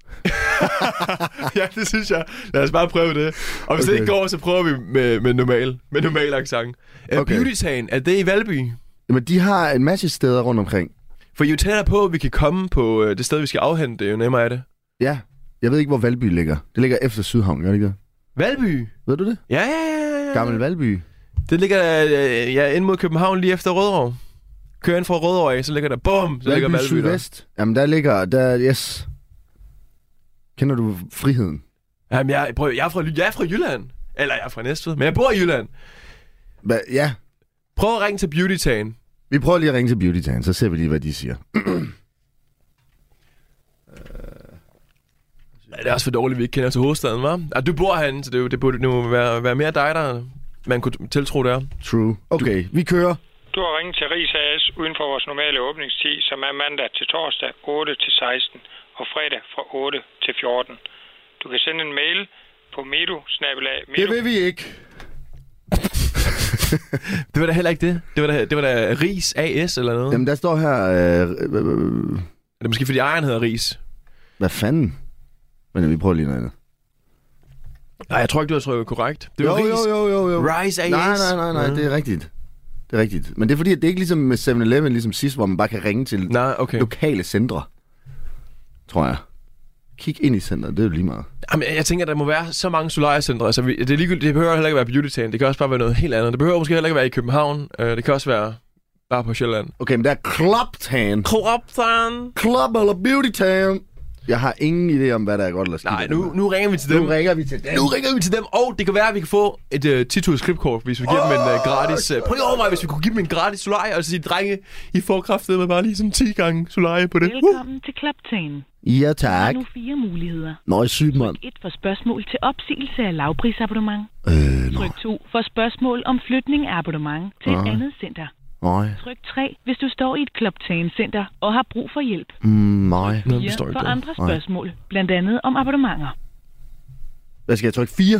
Ja, det synes jeg. Lad os bare prøve det. Og hvis okay. det ikke går, så prøver vi med, med normal, med normal accent. Uh, Okay. Beauty-tagen, er det i Valby? Jamen, de har en masse steder rundt omkring. For jo tættere på, vi kan komme på øh, det sted, vi skal afhente det, jo nemmere er det. Ja, jeg ved ikke, hvor Valby ligger. Det ligger efter Sydhavn, gør det ikke? Valby? Ved du det? Ja, ja, ja, ja. Gammel Valby. Det ligger øh, ja, ind mod København lige efter Rødovre. kører ind fra Rødovre af, så ligger der, bum, så ligger Valby Valby der. Sydvest. Jamen, der ligger, der, yes. Kender du Friheden? Jamen, jeg, prøv, jeg, er fra, jeg er fra Jylland. Eller jeg er fra Næstved, men jeg bor i Jylland. Hva? Ja. Prøv at ringe til Beauty Tan. Vi prøver lige at ringe til Beauty Tan, så ser vi lige, hvad de siger. Ja, det er også for dårligt, vi ikke kender til hovedstaden, hva'? Ja, du bor herinde, så det, det burde nu være, være mere dig, der man kunne tiltro der. True. Okay, du... vi kører. Du har ringet til Ris A S uden for vores normale åbningstid, som er mandag til torsdag otte til seksten og fredag fra otte til fjorten. Du kan sende en mail på medo snabel-a medo. Det vil vi ikke. Det var da heller ikke det. Det var da, det var da Ris A S eller noget. Jamen, der står her... Øh, øh, øh, er det måske, fordi ejeren hedder Ris? Hvad fanden? Men vi prøver lige noget andet. Nej, jeg tror ikke, du har trykket korrekt. Det var jo, Ris. jo, jo, jo, jo. Rise A S. Nej, nej, nej, nej, ja. det er rigtigt. Det er rigtigt. Men det er fordi, at det er ikke ligesom med seven eleven, ligesom sidst, hvor man bare kan ringe til nej, okay. lokale centre. Tror jeg. Kig ind i centret, det er jo lige meget. Jamen, jeg tænker, der må være så mange solariecentre. Altså, det, er ligegyldigt, det behøver heller ikke at være Beauty Tan. Det kan også bare være noget helt andet. Det behøver måske heller ikke at være i København. Det kan også være bare på Sjælland. Okay, men der er Club Tan. Club Tan. Club eller Beauty Tan. Jeg har ingen idé om, hvad der er godt eller skidt. Nej, nu, nu ringer vi til dem. Nu ringer vi til dem. Nu ringer vi til dem, og det kan være, at vi kan få et uh, ti tusind skriptkort, hvis vi giver oh, dem en uh, gratis... Uh, prøv lige overveje, hvis vi kunne give dem en gratis solarie, og så sige, drenge, I får kraftet med bare lige sådan ti gange solarie på det. Velkommen uh. til Klaptagen. Ja, Der er tak. nu fire muligheder. Nå, jeg er sygt, mand. Tryk et for spørgsmål til opsigelse af lavprisabonnement. Øh, nå. Tryk to for spørgsmål om flytning af abonnement til et andet center. Nej. Tryk tre, hvis du står i et Klaptagen-center og har brug for hjælp. Mm, nej. fire for andre spørgsmål, blandt andet om abonnementer. Hvad skal jeg trykke? fire?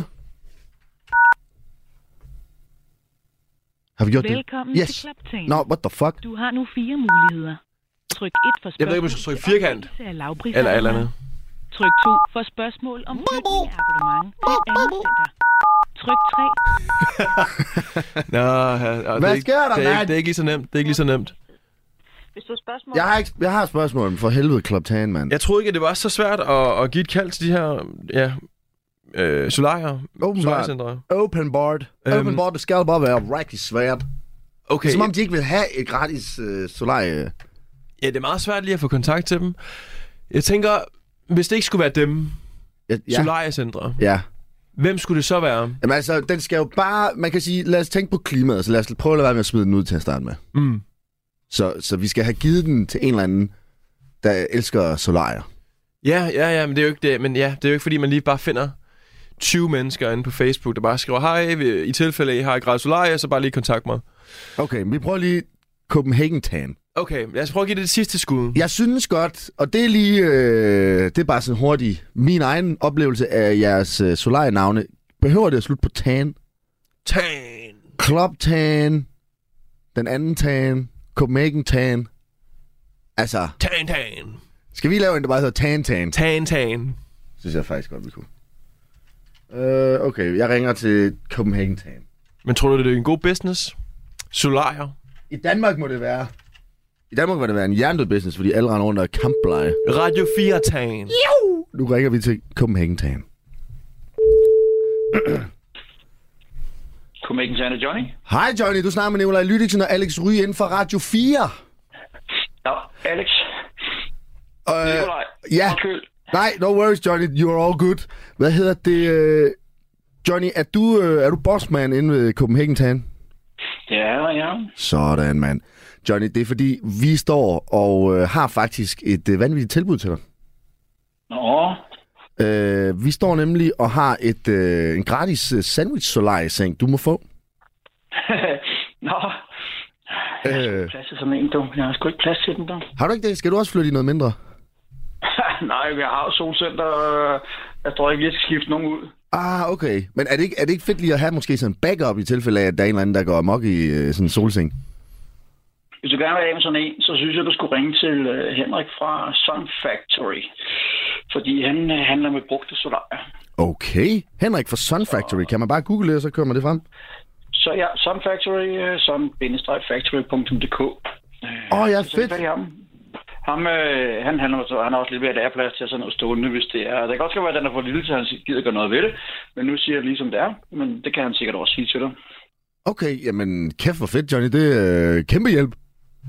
Har vi gjort Velkommen det? Yes. til Klaptagen. Nå, no, what the fuck? Du har nu fire muligheder. Tryk et for spørgsmål Jeg ved ikke, om du skal trykke firkant. Eller eller andet. Tryk to for spørgsmål om flytning af abonnement til et andet center. Tryk tre. Nå, ja, hvad det er, sker der, det er, mand? ikke, det er ikke lige så nemt. Det er ikke lige så nemt. Hvis du har spørgsmål... Jeg har, ikke, jeg har et spørgsmål for helvede, Club Tan, mand. Jeg troede ikke, at det var så svært at, at give et kald til de her ja, øh, solarier. Solariecentre. Open board. Um, Open board, det skal bare være rigtig svært. Okay. Som om de ikke vil have et gratis øh, solarie. Ja, det er meget svært lige at få kontakt til dem. Jeg tænker, hvis det ikke skulle være dem, Ja. ja. solariecentre, Ja. hvem skulle det så være? Jamen altså, den skal jo bare... Man kan sige, lad os tænke på klimaet, så lad os prøve at lade være med at smide den ud til at starte med. Mm. Så, så vi skal have givet den til en eller anden, der elsker solarier. Ja, ja, ja, men det er jo ikke det. Men ja, det er jo ikke, fordi man lige bare finder tyve mennesker inde på Facebook, der bare skriver, hej, i tilfælde af, I har et gratis solarie, så bare lige kontakt mig. Okay, men vi prøver lige Copenhagen Tan. Okay, lad os prøve at give det det sidste skud. Jeg synes godt, og det er lige, øh, det er bare sådan hurtigt, min egen oplevelse af jeres øh, solarienavne. Behøver det at slutte på tan? Tan. Club Tan, den anden Tan, Copenhagen Tan. Altså, Tan, tan. skal vi lave en, der bare hedder Tan Tan? Tan, tan. Synes jeg faktisk godt, vi kunne. Øh, okay, jeg ringer til Copenhagen Tan. Men tror du, det er en god business? Solarier? I Danmark må det være... I Danmark må det være en jerndød business, fordi alle render rundt og er kampbleje. Radio fire Tan. Nu ringer vi til Copenhagen Tan. Copenhagen Tan, Johnny. Hej Johnny, du snakker med Nikolaj Lydiksen og Alex Ryge inden for Radio fire. Nå, Alex. Øh, Nikolaj. ja. Undskyld. Nej, no worries Johnny, you're all good. Hvad hedder det? Øh, Johnny, er du, øh, er du bossman inde ved Copenhagen Tan? Ja, ja. Sådan, mand. Johnny, det er fordi, vi står og øh, har faktisk et øh, vanvittigt tilbud til dig. Nå. Øh, vi står nemlig og har et øh, en gratis øh, sandwich-solarie-seng, du må få. Nå. Jeg har sgu ikke plads til sådan en, du. Jeg har sgu ikke plads til den, du. Har du ikke det? Skal du også flytte i noget mindre? Nej, jeg har jo solcenter. Jeg tror ikke, vi skal skifte nogen ud. Ah, okay. Men er det ikke, er det ikke fedt lige at have måske sådan en backup i tilfælde af, at der er en eller anden, der går amok i øh, sådan en solseng? Hvis du gerne vil have med sådan en, så synes jeg, du skulle ringe til uh, Henrik fra Sun Factory. Fordi han uh, handler med brugte solarier. Okay. Henrik fra Sun Factory. Kan man bare google det, og så kører man det frem? Så ja, Sun Factory, uh, sun factory punktum d k. Åh, uh, oh, ja, fedt. Ham, ham øh, han handler med, så han har også lidt mere læreplads til sådan noget stående, hvis det er. Det kan også være, at den er for lille, så han gider gøre noget ved det. Men nu siger jeg lige, som det er. Men det kan han sikkert også sige til dig. Okay, jamen kæft hvor fedt, Johnny. Det er øh, kæmpe hjælp.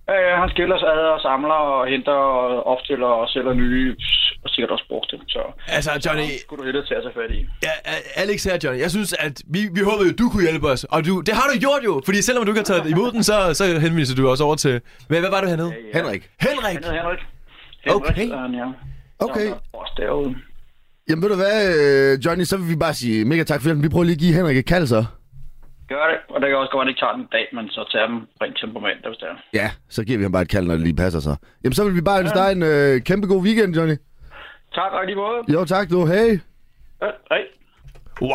Øh, han skiller sig ad og samler og henter og opstiller og sælger nye, og sikkert også brugte. Så Altså, Johnny... så skulle du helt til at tage fat i. Ja, Alex her, Johnny. Jeg synes, at vi, vi håbede, at du kunne hjælpe os. Og du, det har du gjort jo. Fordi selvom du ikke har taget imod den, så, så henviser du også over til... Hvad, hvad var du hernede? Ja, ja. Henrik. Henrik! Han hedder Henrik. Henrik, Okay. er han, ja. Okay. Så er der også derude. Jamen ved du hvad, øh, Johnny, så vil vi bare sige mega tak for hjælpen. Vi prøver lige at give Henrik et kald så. Gør det, og det kan også godt, at han ikke tager den dag, men så tager dem rent temperament, hvis det er. Ja, så giver vi ham bare et kald, når det lige passer sig. Jamen så vil vi bare ønske dig en øh, kæmpe god weekend, Johnny. Tak, og i lige måde. Jo tak du, hej. Ja, hej. Wow!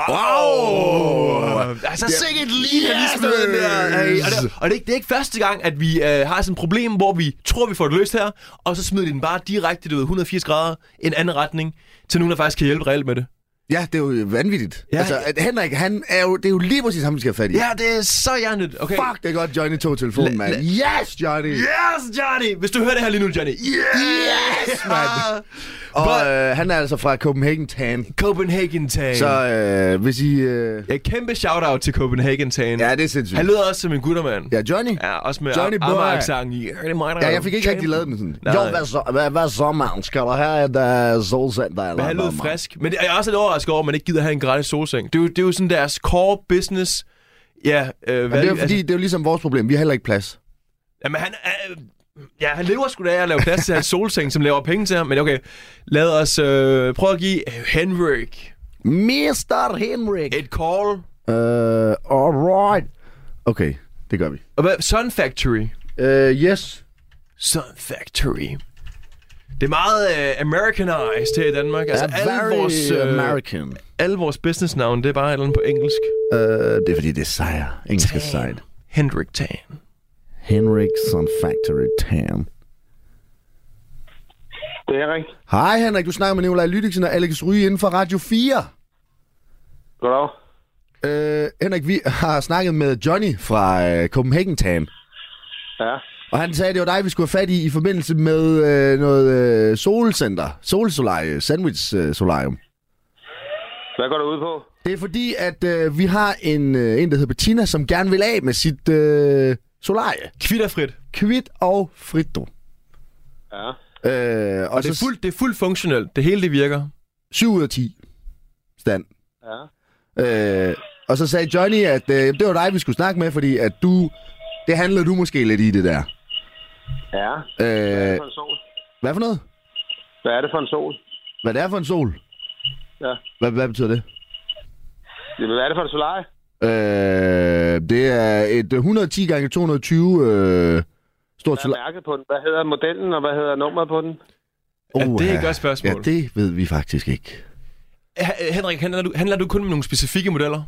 wow. Altså, ja. Sikkert lige yes. lige sådan den der. Hey, og det, og det, er ikke, det er ikke første gang, at vi øh, har sådan et problem, hvor vi tror, vi får det løst her, og så smider de den bare direkte du ved, et hundrede og firs grader i en anden retning, til nogen, der faktisk kan hjælpe reelt med det. Ja, det er jo vanvittigt. Ja. Altså, at Henrik, han er jo, det er jo lige præcis ham, vi skal have fat i. Ja, det er så hjernet. Okay. Fuck, det er godt, Johnny tog telefonen, mand. Yes, Johnny! Yes, Johnny! Hvis du hører det her lige nu, Johnny. Yes, yes mand! Og øh, han er altså fra Copenhagen Tan. Copenhagen Tan. Så øh, hvis I... Øh... Ja, kæmpe shout-out til Copenhagen Tan. Ja, det er sindssygt. Han lyder også som en guttermand. Ja, Johnny. Ja, også med Johnny Amager-accent. Ja, ja, jeg fik ikke rigtig lavet den sådan. Nej. Jo, hvad så, hvad, hvad så, man? Skal der have et uh, solcenter? Men han lød frisk. Men jeg er også lidt overrasket over, at man ikke gider have en gratis solseng. Det er jo, det er jo sådan deres core business. Ja, øh, hvad det er jo fordi, altså... det er jo ligesom vores problem. Vi har heller ikke plads. Jamen, han... Øh, ja, han lever sgu da af at lave plads til hans solseng, som laver penge til ham. Men okay, lad os øh, prøve at give Henrik... mister Henrik. Et call. Uh, alright. Okay, det gør vi. Og hvad? Sun Factory. Uh, yes. Sun Factory. Det er meget uh, Americanized her i Danmark. Altså, alle alle vores, uh, American. Alle vores businessnavn, det er bare et eller andet på engelsk. Uh, det er fordi, det er sejr. Engelsk er sejt. Henrik Tan. Henrik Sun Factory Tan. Det er Henrik. Hej Henrik, du snakker med Nikolaj Lydiksen og Alex Ryge inden for Radio fire. Goddag. Uh, Henrik, vi har snakket med Johnny fra uh, Copenhagen Tan. Ja. Og han sagde, at det var dig, vi skulle have fat i i forbindelse med uh, noget uh, solcenter. Solsolarie, sandwich uh, solarium. Hvad går du ud på? Det er fordi, at uh, vi har en, uh, en, der hedder Bettina, som gerne vil af med sit uh, solarie. Kvitt og frit. Kvitt og frit, du. Ja. Uh, og og det, er fuldt, det er fuldt funktionelt. Det hele, det virker. syv ud af ti. Stand. Ja. Uh, og så sagde Johnny, at uh, det var dig, vi skulle snakke med, fordi at du... Det handler du måske lidt i, det der. Ja. Uh, Hvad er det for en sol? Hvad for noget? Hvad er det for en sol? Hvad det er for en sol? Ja. Hvad, hvad betyder det? Hvad er det for en solarie? Uh, det er et et hundrede og ti gange to hundrede og tyve uh, stort Hvad solarie. er mærket på den? Hvad hedder modellen, og hvad hedder nummeret på den? Ja, Uh, det er et godt spørgsmål. Ja, det ved vi faktisk ikke. H- Henrik, handler du, handler du kun med nogle specifikke modeller?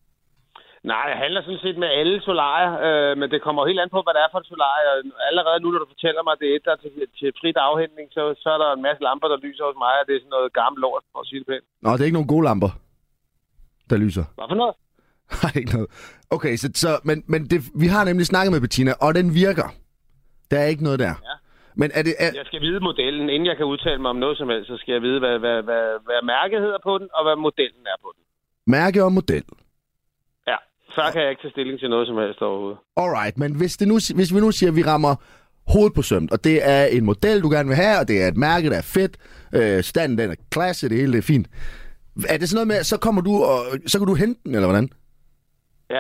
Nej, det handler sådan set med alle solarier, øh, men det kommer jo helt an på, hvad det er for et solarie. Allerede nu, når du fortæller mig, at det er et, der er til, til frit afhentning, så, så er der en masse lamper, der lyser hos mig, og det er sådan noget gammelt lort, for at sige det pænt. Nå, det er ikke nogen gode lamper, der lyser. Hvad for noget? Nej, ikke noget. Okay, så, så men, men det, vi har nemlig snakket med Bettina, og den virker. Der er ikke noget der. Ja. Men er det... Er... Jeg skal vide modellen. Inden jeg kan udtale mig om noget som helst, så skal jeg vide, hvad, hvad, hvad, hvad mærket hedder på den, og hvad modellen er på den. Mærke og model. Ja, før kan jeg ikke tage stilling til noget som helst overhovedet. Alright, men hvis, det nu, hvis vi nu siger, at vi rammer hovedet på sømt, og det er en model, du gerne vil have, og det er et mærke, der er fedt, øh, standen den er klasse, det hele det er fint. Er det sådan noget med, så kommer du og så kan du hente den, eller hvordan? Ja.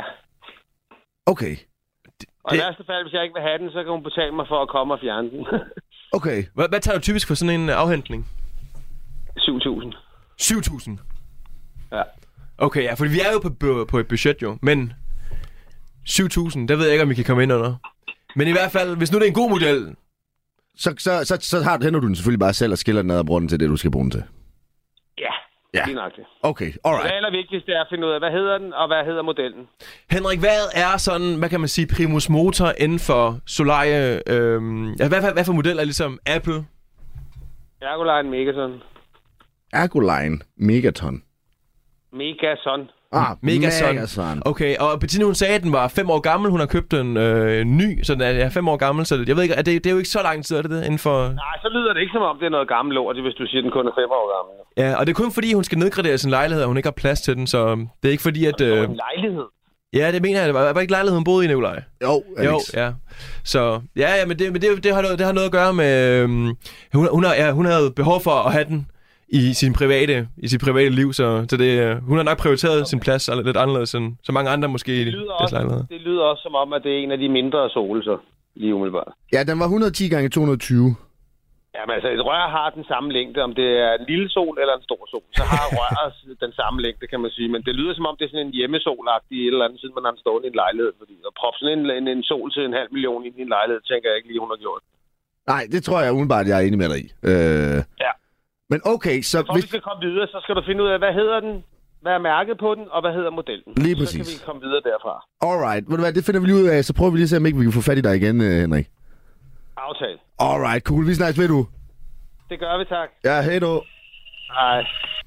Okay. Og det... i værste fald, hvis jeg ikke vil have den, så kan hun betale mig for at komme og fjerne den. Okay. Hvad, hvad tager du typisk for sådan en afhentning? syv tusind. syv tusind? Ja. Okay, ja, for vi er jo på, på et budget jo, men syv tusind, der ved jeg ikke, om vi kan komme ind under. Men i hvert fald, hvis nu det er en god model... Så, så, så, så har, hænder du den selvfølgelig bare selv og skiller den ad og bruger den til det, du skal bruge den til. Ja, ja. lige nok det. Okay, alright. Det allervigtigste er at finde ud af, hvad hedder den, og hvad hedder modellen. Henrik, hvad er sådan, hvad kan man sige, primus motor inden for solarie? Øhm, ja, hvad, hvad, hvad for model er ligesom Apple? Ergoline Megaton. Ergoline Megaton. Megason. Ah, Megason. Megason. Okay, og Bettina, hun sagde, at den var fem år gammel. Hun har købt en øh, ny, så den er ja, fem år gammel. Så jeg ved ikke, er det, det er jo ikke så lang tid, er det det? Inden for... Nej, så lyder det ikke som om, det er noget gammelt lort, hvis du siger, at den kun er fem år gammel. Ja, og det er kun fordi, hun skal nedgradere sin lejlighed, og hun ikke har plads til den, så det er ikke fordi, at... Øh... En lejlighed? Ja, det mener jeg. Det var, var ikke lejligheden, hun boede i, Nikolaj? Jo, Alex. Jo, ja. Så, ja, ja men, det, men det, det, har noget, det har noget at gøre med... Øhm, hun, hun, har, ja, hun havde behov for at have den i sin private, i sit private liv, så, så det, hun har nok prioriteret okay. sin plads lidt anderledes end så mange andre måske i deres lejlighed. Det lyder også som om, at det er en af de mindre solser, lige umiddelbart. Ja, den var et hundrede og ti gange to hundrede og tyve. Jamen altså, et rør har den samme længde, om det er en lille sol eller en stor sol. Så har røret den samme længde, kan man sige. Men det lyder som om, det er sådan en hjemmesolagtig et eller andet, siden man har en stående i en lejlighed. Fordi at proppe sådan en, en, en sol til en halv million i en lejlighed, tænker jeg ikke lige, hun har gjort. Nej, det tror jeg umiddelbart, jeg er enig med dig i. Øh... Ja. Men okay, så... For hvis vi skal komme videre, så skal du finde ud af, hvad hedder den, hvad er mærket på den, og hvad hedder modellen. Lige præcis. Så kan vi komme videre derfra. Alright, ved du hvad, det finder vi lige ud af. Så prøver vi lige at se, om ikke vi kan få fat i dig igen, Henrik. Aftale. Alright, cool. Vi snakkes ved, du. Det gør vi, tak. Ja, hej du. Hej.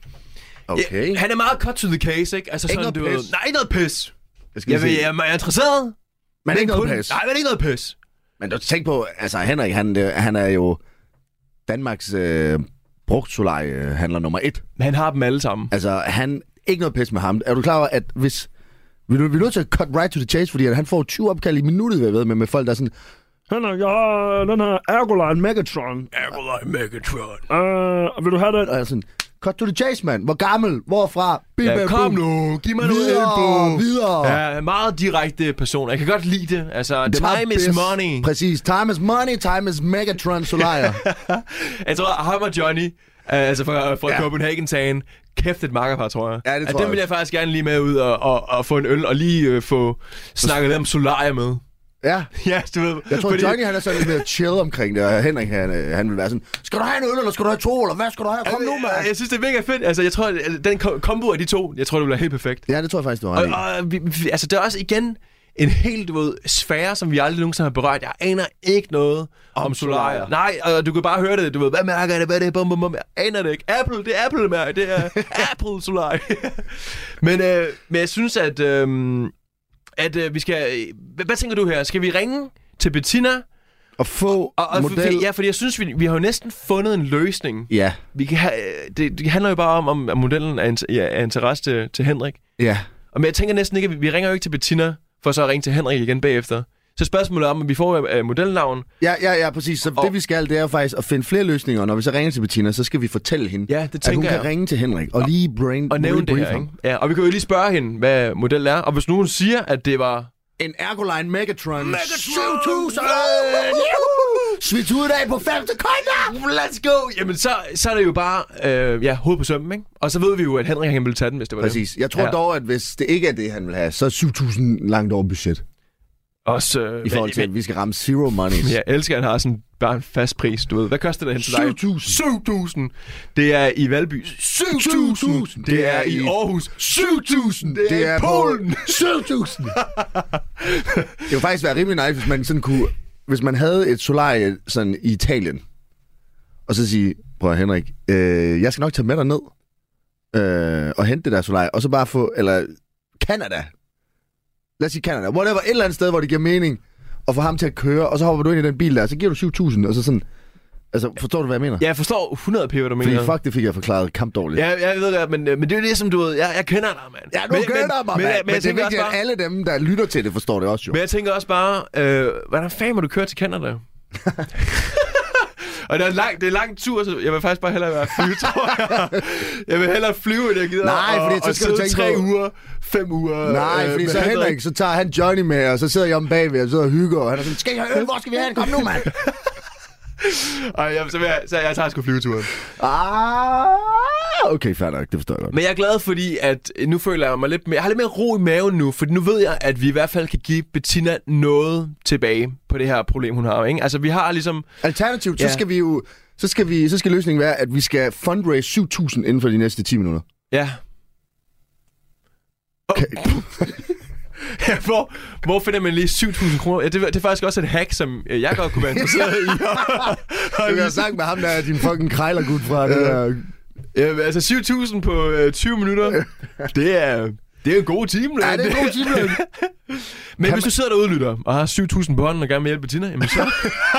Okay. Ja, han er meget cut to the case, ikke? Altså ikke sådan, noget du pis. Nej, ikke noget pis. Jeg, skal Jeg, sige. vil, jeg, jeg er interesseret. Men ikke noget kun, pis. Nej, men ikke noget pis. Men du tænk på, altså Henrik, han, han er jo Danmarks øh, brugtsolarie-handler nummer et. Men han har dem alle sammen. Altså, han... Ikke noget pis med ham. Er du klar over, at hvis... Vi er nødt til at cut right to the chase, fordi han får tyve opkald i minuttet, ved jeg ved, med, med folk, der er sådan... Henrik, jeg har den her Ergoline Megatron. Ergoline Megatron. Uh, vil du have den? Og jeg er sådan... Cut to the chase, mand. Hvor gammel? Hvorfra? Bim, Ja, bim, kom bum. nu. Giv mig noget Videre, elbo. videre. Ja, meget direkte person. Jeg kan godt lide det. Altså, Det er meget time is pis. money. Præcis. Time is money, time is Megatron Solaire. Jeg tror, ham og Johnny, øh, altså fra, fra Ja. Copenhagen-sagen, kæft et makkerpar, tror jeg. Ja, det tror altså, jeg dem vil jeg faktisk gerne lige med ud og, og, og få en øl, og lige øh, få snakket lidt om Solaire med. ja. Ja, du ved. Jeg tror, fordi- Johnny han er sådan lidt mere chill omkring det, og Henrik han, øh, han vil være sådan, skal du have en øl, eller skal du have to, eller hvad skal du have? Kom nu, mand. Jeg synes, det er mega fedt. Altså, jeg tror, at den ko- kombo af de to, jeg tror, det bliver helt perfekt. Ja, det tror jeg faktisk, du har Og, ret i. og vi, vi, altså, det er også igen en helt, du ved, sfære, som vi aldrig nogensinde har berørt. Jeg aner ikke noget om, om Solaire. Solaire. Nej, og du kan bare høre det, du ved, hvad mærker er det, hvad er det, bum, bum, bum. Jeg aner det ikke. Apple, det er Apple-mærke, det er Apple Solaire. men, øh, men jeg synes, at, øh, at øh, vi skal... Hvad, hvad tænker du her? Skal vi ringe til Bettina? Og få Og, og model... fordi, ja, fordi jeg synes, vi, vi har jo næsten fundet en løsning. Ja, Vi kan have, det, det handler jo bare om, om at modellen er, in, ja, er interesse til, til Henrik. ja. Og men jeg tænker næsten ikke, at vi, vi ringer jo ikke til Bettina, for så at ringe til Henrik igen bagefter. Så spørgsmålet er om, at vi får uh, modelnavn. Ja, ja, ja, præcis. Så Og- det vi skal, det er faktisk at finde flere løsninger. Når vi så ringer til Bettina, så skal vi fortælle hende, Ja, det at hun tænker kan jeg. ringe til Henrik og lige brain Og nævne det brief her, ham. ikke? Ja, og vi kan jo lige spørge hende, hvad model er. Og hvis nogen siger, at det var... En Ergoline Megatron, Megatron! syv tusind! Svidt ud af på fem sekunder! Let's go! Jamen, så, så er det jo bare øh, ja, hoved på sømmen, ikke? Og så ved vi jo, at Henrik han ville tage den, hvis det var Præcis. Jeg tror Ja. ja. dog, at hvis det ikke er det, han vil have, så er syv tusind langt over budget. det. Også, øh, I forhold til, men, at vi skal ramme zero money. men jeg elsker, at han har sådan bare en fast pris, du ved. Hvad koster det hen til dig? syv tusind. syv tusind. Det er i Valby. syv tusind. Det er i Aarhus. syv tusind. Det, Det er er i Polen. på syv tusind! Det ville faktisk være rimelig nice, hvis man sådan kunne... Hvis man havde et solarie sådan i Italien, og så sige, prøv at, Henrik, øh, jeg skal nok tage med dig ned øh, og hente det der solarie, og så bare få... Eller Canada. Lad os sige Canada. Whatever, et eller andet sted, hvor det giver mening, og få ham til at køre, og så hopper du ind i den bil der, og så giver du syv tusind, og så sådan... Altså, forstår du, hvad jeg mener? Ja, jeg forstår hundrede p, hvad du Fordi mener. fuck, det fik jeg forklaret kampdårligt. Ja, jeg ved det, men, men det er jo det, som du ved. Jeg, jeg kender dig, mand. Ja, du men, kender mig, men, mand. men, Men, jeg det er tænker vigtigt, også at bare, alle dem, der lytter til det, forstår det også jo. men jeg tænker også bare, øh, hvordan fanden må du køre til Canada? Og det er en lang, det er en lang tur, så jeg vil faktisk bare hellere være flyve, tror jeg. Jeg vil hellere flyve, end jeg gider Nej, og, fordi så og skal du sidde tænke tre på- uger, fem uger. Nej, øh, fordi med så Henrik, så tager han Johnny med, og så sidder jeg om bagved, og sidder og hygger, og han er sådan, skal I have øl? Hvor skal vi have den? Kom nu, mand! Ej, jeg, så, vil jeg, så jeg tager sgu flyveturen. Ah, okay, fair nok, det forstår jeg godt. Men jeg er glad, fordi at nu føler jeg mig lidt mere... Jeg har lidt mere ro i maven nu, for nu ved jeg, at vi i hvert fald kan give Bettina noget tilbage på det her problem, hun har. Ikke? Altså, vi har ligesom... Alternativt, Ja. så skal vi jo... Så skal, vi, så skal løsningen være, at vi skal fundraise syv tusind inden for de næste ti minutter. Ja. Oh. Ja, hvor, hvor finder man lige syv tusind kroner? Ja, det, det er faktisk også et hack, som øh, jeg godt kunne være interesseret i. Du kan have sagt med ham, der er din fucking krejlergud fra det der... Ja, altså syv tusind på øh, tyve minutter, det er... Det er en god time, Ja, det er en god time. Men hvis du sidder derude, lytter, og har syv tusind på hånden og gerne vil hjælpe Bettina, jamen så...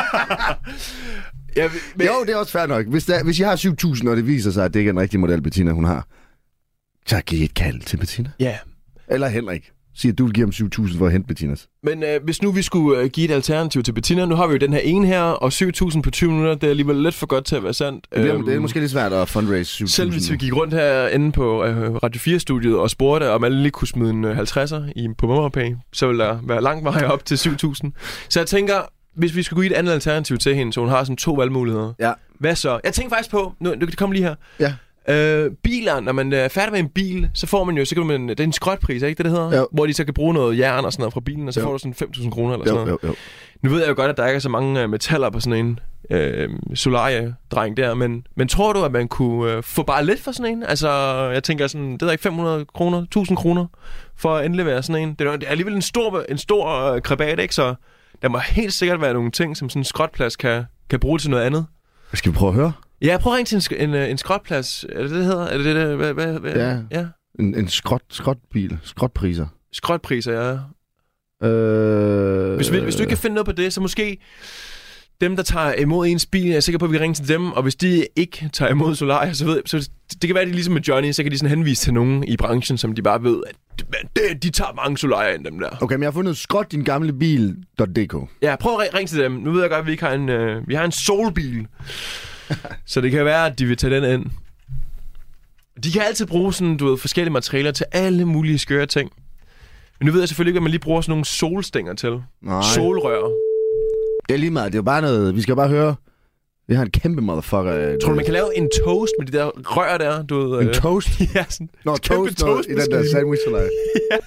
ja, men... Jo, det er også fair nok. Hvis, der, hvis I har syv tusind, og det viser sig, at det ikke er en rigtig model, Bettina hun har, så giv et kald til Bettina. Ja. Eller Henrik. Sig, at du vil give ham syv tusind for at hente Bettinas. Men øh, hvis nu vi skulle øh, give et alternativ til Bettina, nu har vi jo den her ene her, og syv tusind på tyve minutter, det er alligevel lidt for godt til at være sandt. Det er, øhm, det er måske lidt svært at fundraise syv tusind. Selv hvis vi gik rundt her inde på øh, Radio fire-studiet og spurgte, om alle lige kunne smide en øh, halvtredser i, på MomoPay, så ville der være langt vej op til syv tusind. Så jeg tænker, hvis vi skulle give et andet alternativ til hende, så hun har sådan to valgmuligheder. Ja. Hvad så? Jeg tænker faktisk på, nu det kommer lige her. Ja. Øh, biler, når man er færdig med en bil, så får man jo, så kan man, det er en skrotpris, ikke det, det hedder? Jo. Hvor de så kan bruge noget jern og sådan noget fra bilen, og så Jo. får du sådan fem tusind kroner eller Jo, sådan noget. jo, jo. Nu ved jeg jo godt, at der ikke er så mange uh, metaller på sådan en øh, Solaria-dreng der, men, men tror du, at man kunne uh, få bare lidt for sådan en? Altså, jeg tænker sådan, det er ikke fem hundrede kroner, tusind kroner for at indlevere sådan en. Det er, det er alligevel en stor, en stor uh, krabat, ikke? Så der må helt sikkert være nogle ting, som sådan en skrotplads kan, kan bruge til noget andet. Skal vi prøve at høre? Ja, prøv at ringe til en, sk- en, en skrotplads. Er det det, det hedder? Er det det, der? Hvad, hvad, hvad? Ja. ja. En, en skrot, skrotbil. Skrotpriser. Skrotpriser, ja. Øh, Hvis, hvis du ikke kan finde noget på det, så måske dem, der tager imod ens bil, jeg er sikker på, at vi kan ringe til dem, og hvis de ikke tager imod Solaria, så ved så det kan være, at de ligesom med Johnny, så kan de sådan henvise til nogen i branchen, som de bare ved, at det, de tager mange Solaria end dem der. Okay, men jeg har fundet skrot din gamle bil punktum d k. Ja, prøv at ringe til dem. Nu ved jeg godt, at vi ikke har en, øh, vi har en solbil, så det kan være, at de vil tage den ind. De kan altid bruge sådan, du ved, forskellige materialer til alle mulige skøre ting. Men nu ved jeg selvfølgelig ikke, at man lige bruger sådan nogle solstænger til. Nej. Solrør. Det er lige meget. Det er jo bare noget... Vi skal bare høre... Vi har en kæmpe motherfucker. Tror du, man kan lave en toast med de der rør der? Du ved, En øh... toast? Ja, sådan Nå, kæmpe toast, toast i den der sandwich eller... Ja.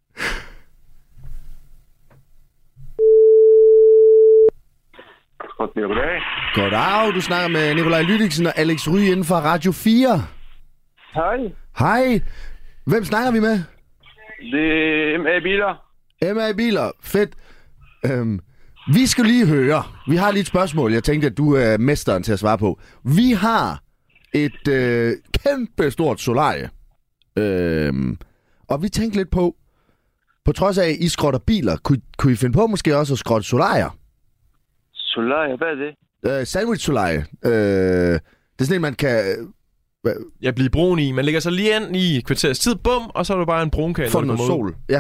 Goddag. Goddag, du snakker med Nikolaj Lydiksen og Alex Ry inden for Radio fire. Hej. Hej. Hvem snakker vi med? Det er M A Biler. M A Biler. Fedt. Øhm, vi skal lige høre. Vi har lige et spørgsmål, jeg tænkte, at du er mesteren til at svare på. Vi har et øh, kæmpe stort solarie. Øhm, og vi tænkte lidt på, på trods af, at I skrotter biler, kunne, kunne I finde på måske også at skrotte solarier? Solaria, hvad er det? Øh, sandwich solarie. Øh, det er sådan en, man kan... Øh, Jeg bliver brun i. Man lægger sig lige ind i kvarterets tid, bum, og så er du bare en brunkage. få noget sol. Ja.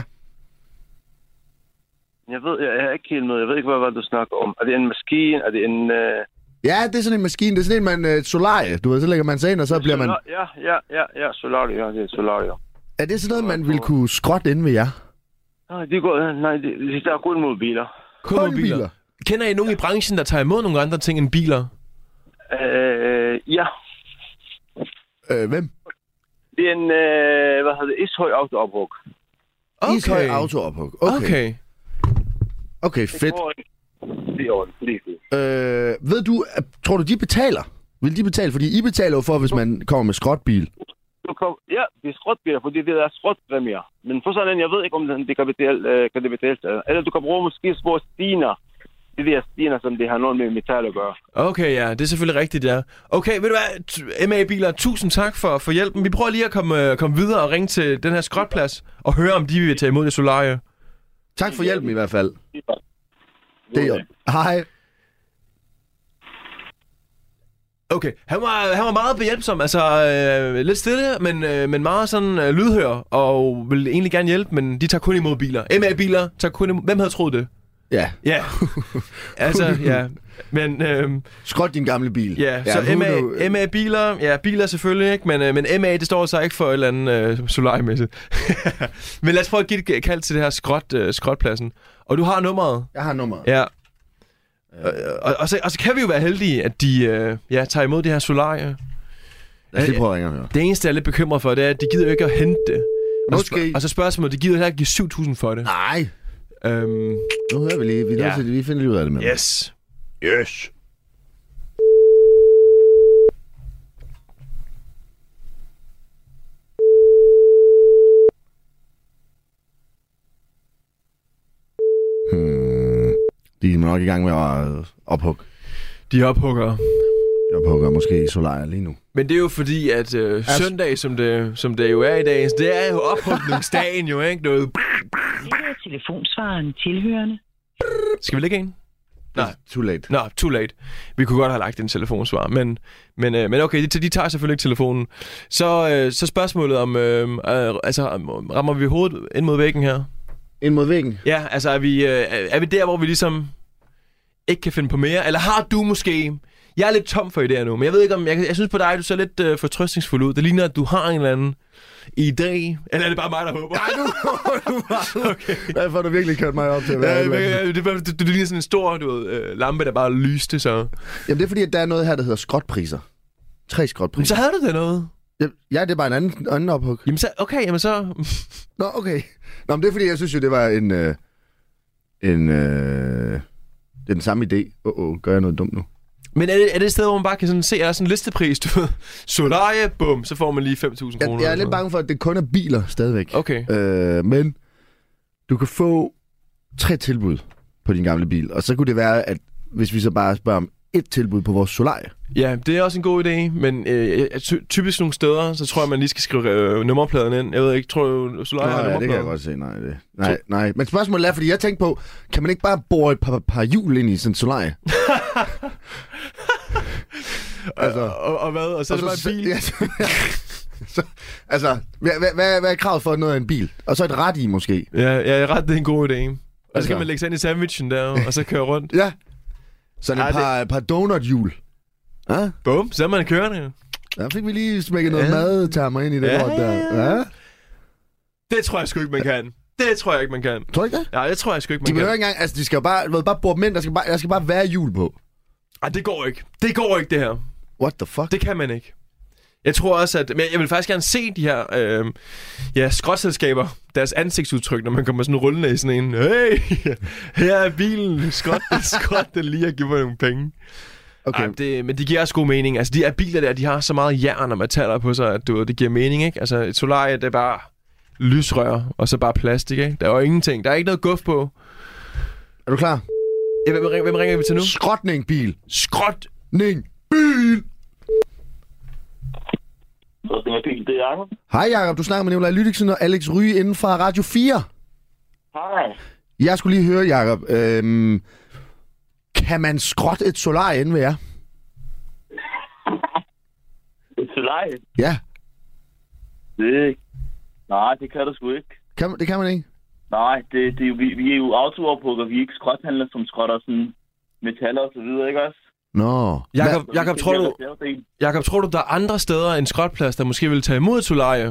Jeg ved, jeg er ikke helt med. Jeg ved ikke, hvad, hvad du snakker om. Er det en maskine? Er det en... Øh... Ja, det er sådan en maskine. Det er sådan en, man, et solarie. Du ved, så lægger man sig ind, og så bliver man... Ja, ja, ja, ja. Solaria, ja, det er Solaria. Er det sådan noget, man ville kunne skrotte inde ved jer? Nej, det går... Nej, det, det der er kun mod biler. Kun mod biler. Kender I nogen i branchen, der tager imod nogle andre ting end biler? Øh, ja. Øh, hvem? Det er en, øh, hvad hedder det, Ishøj Autoophug. Okay. Ishøj Autoophug. Okay. Okay. Okay, fedt. Det er ordentligt. Øh, ved du, tror du, de betaler? Vil de betale? Fordi I betaler jo for, hvis man kommer med skrotbil. Du kan, ja, det er skrotbiler, fordi det er skrotpræmier. Men for sådan en, jeg ved ikke, om det kan betale, øh, kan det betales. Eller du kan bruge måske små stiner. Det er de her stiner, som det har noget med metal at gøre. Okay, ja. Det er selvfølgelig rigtigt, ja. Okay, ved du hvad, M A Biler, tusind tak for, for hjælpen. Vi prøver lige at komme, komme videre og ringe til den her skrotplads og høre, om de vil tage imod det solarie. Tak for hjælpen i hvert fald. Det er jo. Hej. Okay, han var, han var meget behjælpsom, altså øh, lidt stille, men, øh, men meget sådan øh, lydhør, og vil egentlig gerne hjælpe, men de tager kun imod biler. M A Biler tager kun imod... Hvem havde troet det? Ja. Ja, altså, ja, men... Øh, Skrot din gamle bil. ja, ja, så M A, M A Biler, ja, biler selvfølgelig ikke, men, øh, men M A, det står så ikke for et eller andet øh, solarmæssigt. Men lad os prøve at give et kald til det her skrot, øh, skrotpladsen. Og du har nummeret? Jeg har nummeret. Ja. Og, og, og, så, og så kan vi jo være heldige, at de øh, ja, tager imod det her solarie. Lad os lige prøve at ringe og høre. Det eneste, jeg er lidt bekymret for, det er, at de gider jo ikke at hente det. Og så, Måske. og så spørgsmålet, de gider heller ikke give syv tusind for det. Nej. Øhm, Nu hører vi lige. Vi, Ja. ja. vi finder lige ud af det med dem. yes. Yes. Hmm. De er nok i gang med at ophugge. De ophugger. De ophugger måske i solaria lige nu. Men det er jo fordi, at øh, søndag, som det, som det jo er i dag, det er jo ophugningsdagen jo, ikke? Noget... Det er telefonsvaren tilhørende. Skal vi lægge en? Nej. Too late. Nå, too late. Vi kunne godt have lagt en telefonsvar, men, men, øh, men okay, de, de tager selvfølgelig ikke telefonen. Så, øh, så spørgsmålet om, øh, øh, altså rammer vi hovedet ind mod væggen her? ind mod væggen. Ja, altså er vi, øh, er vi der, hvor vi ligesom ikke kan finde på mere? Eller har du måske... Jeg er lidt tom for idéer nu, men jeg ved ikke om... Jeg, jeg synes på dig, du ser lidt øh, fortrøstningsfuld ud. Det ligner, at du har en eller anden idé. Eller er det bare mig, der håber? Nej, nu okay. Derfor har du virkelig kørt mig op til at være... Ja, men, det, det, det, det ligner sådan en stor du ved, øh, lampe, der bare lyste, så... Jamen, det er fordi, at der er noget her, der hedder skrotpriser. Tre skrotpriser. Men så havde du da noget. Ja, det er bare en anden, anden ophug. Jamen så... Okay, jamen så... Nå, okay. Nå, men det er fordi, jeg synes jo, det var en... Øh, en... Øh, det er den samme idé. Åh, oh, oh, gør jeg noget dumt nu? Men er det, er det et sted, hvor man bare kan sådan se, at der er sådan en listepris, du ved? Solarie, bum, så får man lige fem tusind kroner. Jeg, jeg er lidt bange for, at det kun er biler stadigvæk. Okay. Øh, men du kan få tre tilbud på din gamle bil. Og så kunne det være, at hvis vi så bare spørger om et tilbud på vores Solarie. Ja, det er også en god idé, men øh, ty- typisk nogle steder, så tror jeg, man lige skal skrive øh, nummerpladen ind. Jeg ved ikke, tror du, Solarie har ja, nummerpladen? det kan jeg godt se. Nej, det. Nej, nej. Men spørgsmålet er, fordi jeg tænkte på, kan man ikke bare bore et par, par hjul ind i sådan en Solarie? altså, og, og, og hvad? Og så og er det så, bare en bil? Ja, så, ja. så, altså, hvad, hvad, hvad er kravet for noget af en bil? Og så et rat i, måske? Ja, ja ret, det er en god idé. Og altså. Så kan man lægge sig ind i sandwichen der, og så køre rundt. Ja. Sådan et par, det... par donut-hjul. Ja? Bum, så er man kørende. Der fik vi lige smækket noget ja. madtermer ind i det ja, ord der. Ja. Ja. Det tror jeg sgu ikke, man kan. Det tror jeg ikke, man kan. Tror du ikke det? Ja, det tror jeg sgu ikke, man de kan. De ikke engang, altså de skal jo bare, ved, bare bore dem ind, der skal bare, der skal bare være hjul på. Ej, det går ikke. Det går ikke, det her. What the fuck? Det kan man ikke. Jeg tror også, at... Men jeg vil faktisk gerne se de her øh, ja, skrotselskaber, deres ansigtsudtryk, når man kommer sådan rullende i sådan en... Hey, her er bilen. Skrot, skrot den lige og giver mig nogle penge. Okay. Ej, det, men det giver også god mening. Altså, de her biler der, de har så meget jern og metaller på sig, at du, det giver mening, ikke? Altså, et Solarie, det er bare lysrør, og så bare plastik, ikke? Der er jo ingenting. Der er ikke noget guf på. Er du klar? Ja, hvem, hvem ringer vi til nu? Skrotning bil. Skrotning bil. Det er Jacob. Hej Jacob, du snakker med Nicolaj Lydiksen og Alex Ryge inden fra Radio fire. Hej. Jeg skulle lige høre, Jacob. Øhm, kan man skrotte et Solarie inden ved jer? Et Solarie? Ja. Det Nej, det kan du sgu ikke. Kan, det kan man ikke? Nej, det, det er jo, vi, vi er jo autoophuggere, vi er ikke skrothandlere, som skrotter sådan metaller og så videre, ikke også? Nå. Jakob, Jakob, tror du, Jakob, tror du, der er andre steder end skrotplads, der måske vil tage imod et Solarie?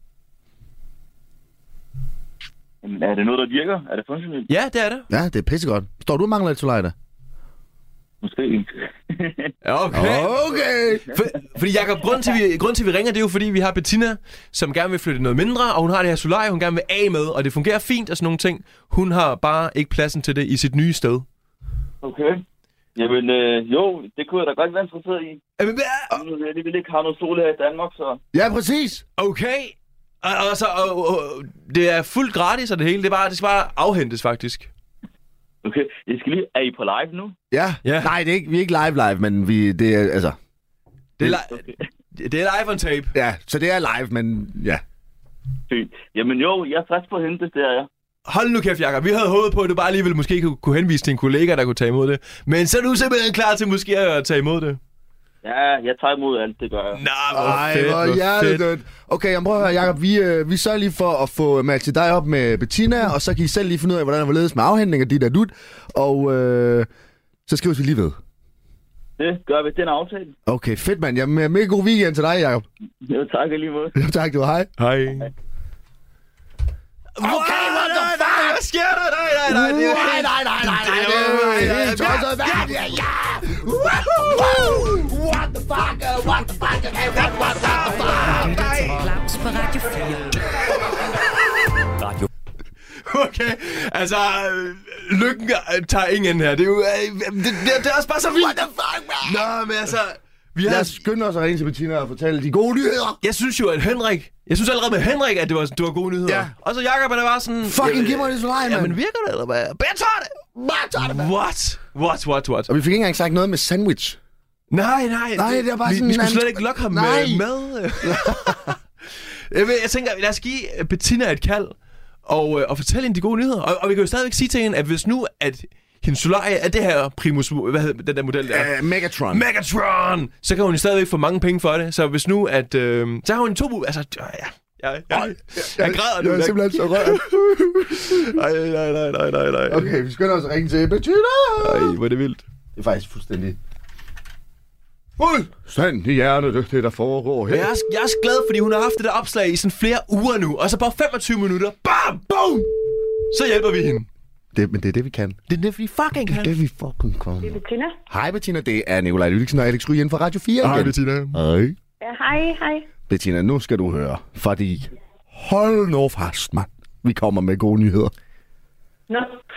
Jamen, er det noget, der virker? Er det funktionelt? Ja, det er det. Ja, det er pissegodt. Står du og mangler et Solarie der? Måske ikke. Okay. Okay. For, fordi Jakob, grunden til, vi, grunden til, vi ringer, det er jo, fordi vi har Bettina, som gerne vil flytte noget mindre, og hun har det her Solarie, hun gerne vil af med, og det fungerer fint og sådan nogle ting. Hun har bare ikke pladsen til det i sit nye sted. Okay. Jamen, øh, jo, det kunne jeg da godt være interesseret i. Jamen, hvad? Jeg vil ikke have noget sol her i Danmark, så... Ja, præcis. Okay. Og, og, så, og, og, det er fuldt gratis, og det hele. Det, er bare, det skal bare afhentes, faktisk. Okay. Jeg skal lige... Er I på live nu? Ja. ja. Nej, det er ikke, vi er ikke live live, men vi... Det er, altså... Det er, li- okay. det er live on tape. Ja, så det er live, men... Ja. Fint. Jamen jo, jeg er frisk på at hente det, der, ja. Hold nu kæft, Jacob. Vi havde håbet på, at du bare alligevel måske kunne henvise til en kollega, der kunne tage imod det. Men så er du simpelthen klar til måske at tage imod det. Ja, jeg tager imod alt, det gør jeg. Nå, hvor Ej, fedt, hvor hjertet. Okay, jeg prøver at høre, Jacob. Vi, øh, vi sørger lige for at få matchet dig op med Bettina, og så kan I selv lige finde ud af, hvordan der var ledes med afhentning af dit der dut. Og øh, så skriver vi lige ved. Det gør vi, den aftale. Okay, fedt, mand. Jamen, mega god weekend til dig, Jacob. Jo, tak lige måde. Jo, tak, du. Hej. Hej. Okay, what the fuck? Hvad sker der? Nej, nej, nej. Nej, nej, nej, nej. Det er helt tosset. Ja, ja. What the fuck? What the fuck? What the fuck? Claus på Radio fire. Radio. Okay, altså, lykken tager ingen her. Det er jo... Det, det, det er også bare så vildt. What the fuck, man? Nå, men altså... Vi Lad har... os skynde os at ringe til Bettina og fortælle de gode nyheder. Jeg synes jo, at Henrik... Jeg synes allerede med Henrik, at det var, det var gode nyheder. Ja. Og så Jacob, der var sådan... Fucking giv mig det Solarie, mand. Jamen, virker det, eller hvad? Jeg tager det! Bare tager det, mand. What? What, what, what? Og vi fik ikke engang sagt noget med sandwich. Nej, nej. Nej, det er bare vi, sådan... Vi skulle en... slet ikke lokke ham nej. med mad. jeg, ved, jeg tænker, lad os give Bettina et kald og, og fortælle hende de gode nyheder. Og, og vi kan jo stadigvæk sige til hende, at hvis nu... at hendes Solarie er det her Primus, hvad hedder den der model der? Uh, Megatron. Megatron! Så kan hun jo stadigvæk få mange penge for det. Så hvis nu, at... Øh, så har hun to... Altså, ja, jeg, jeg, jeg græder nu. Jeg er simpelthen så rørt. Nej, nej, nej, nej, nej, nej. Okay, vi skynder os at ringe til Bettina. Ej, hvor er det vildt. Det er faktisk fuldstændig... Fuldstændig hjernedødt, det der foregår her. Jeg er, jeg er så glad, fordi hun har haft det der opslag i sådan flere uger nu. Og så bare femogtyve minutter. Bam! Boom! Så hjælper vi hende. Det, men det er det, vi kan. Det er det, vi fucking kan. Det er det, vi fucking kan. Det er Bettina. Hej Bettina, det er Nikolaj Lydiksen og Alex Rygen fra Radio fire. Hej Bettina. Hej. Ja, hej, hej. Bettina, nu skal du høre, fordi hold nu fast, mand. Vi kommer med gode nyheder. Nå.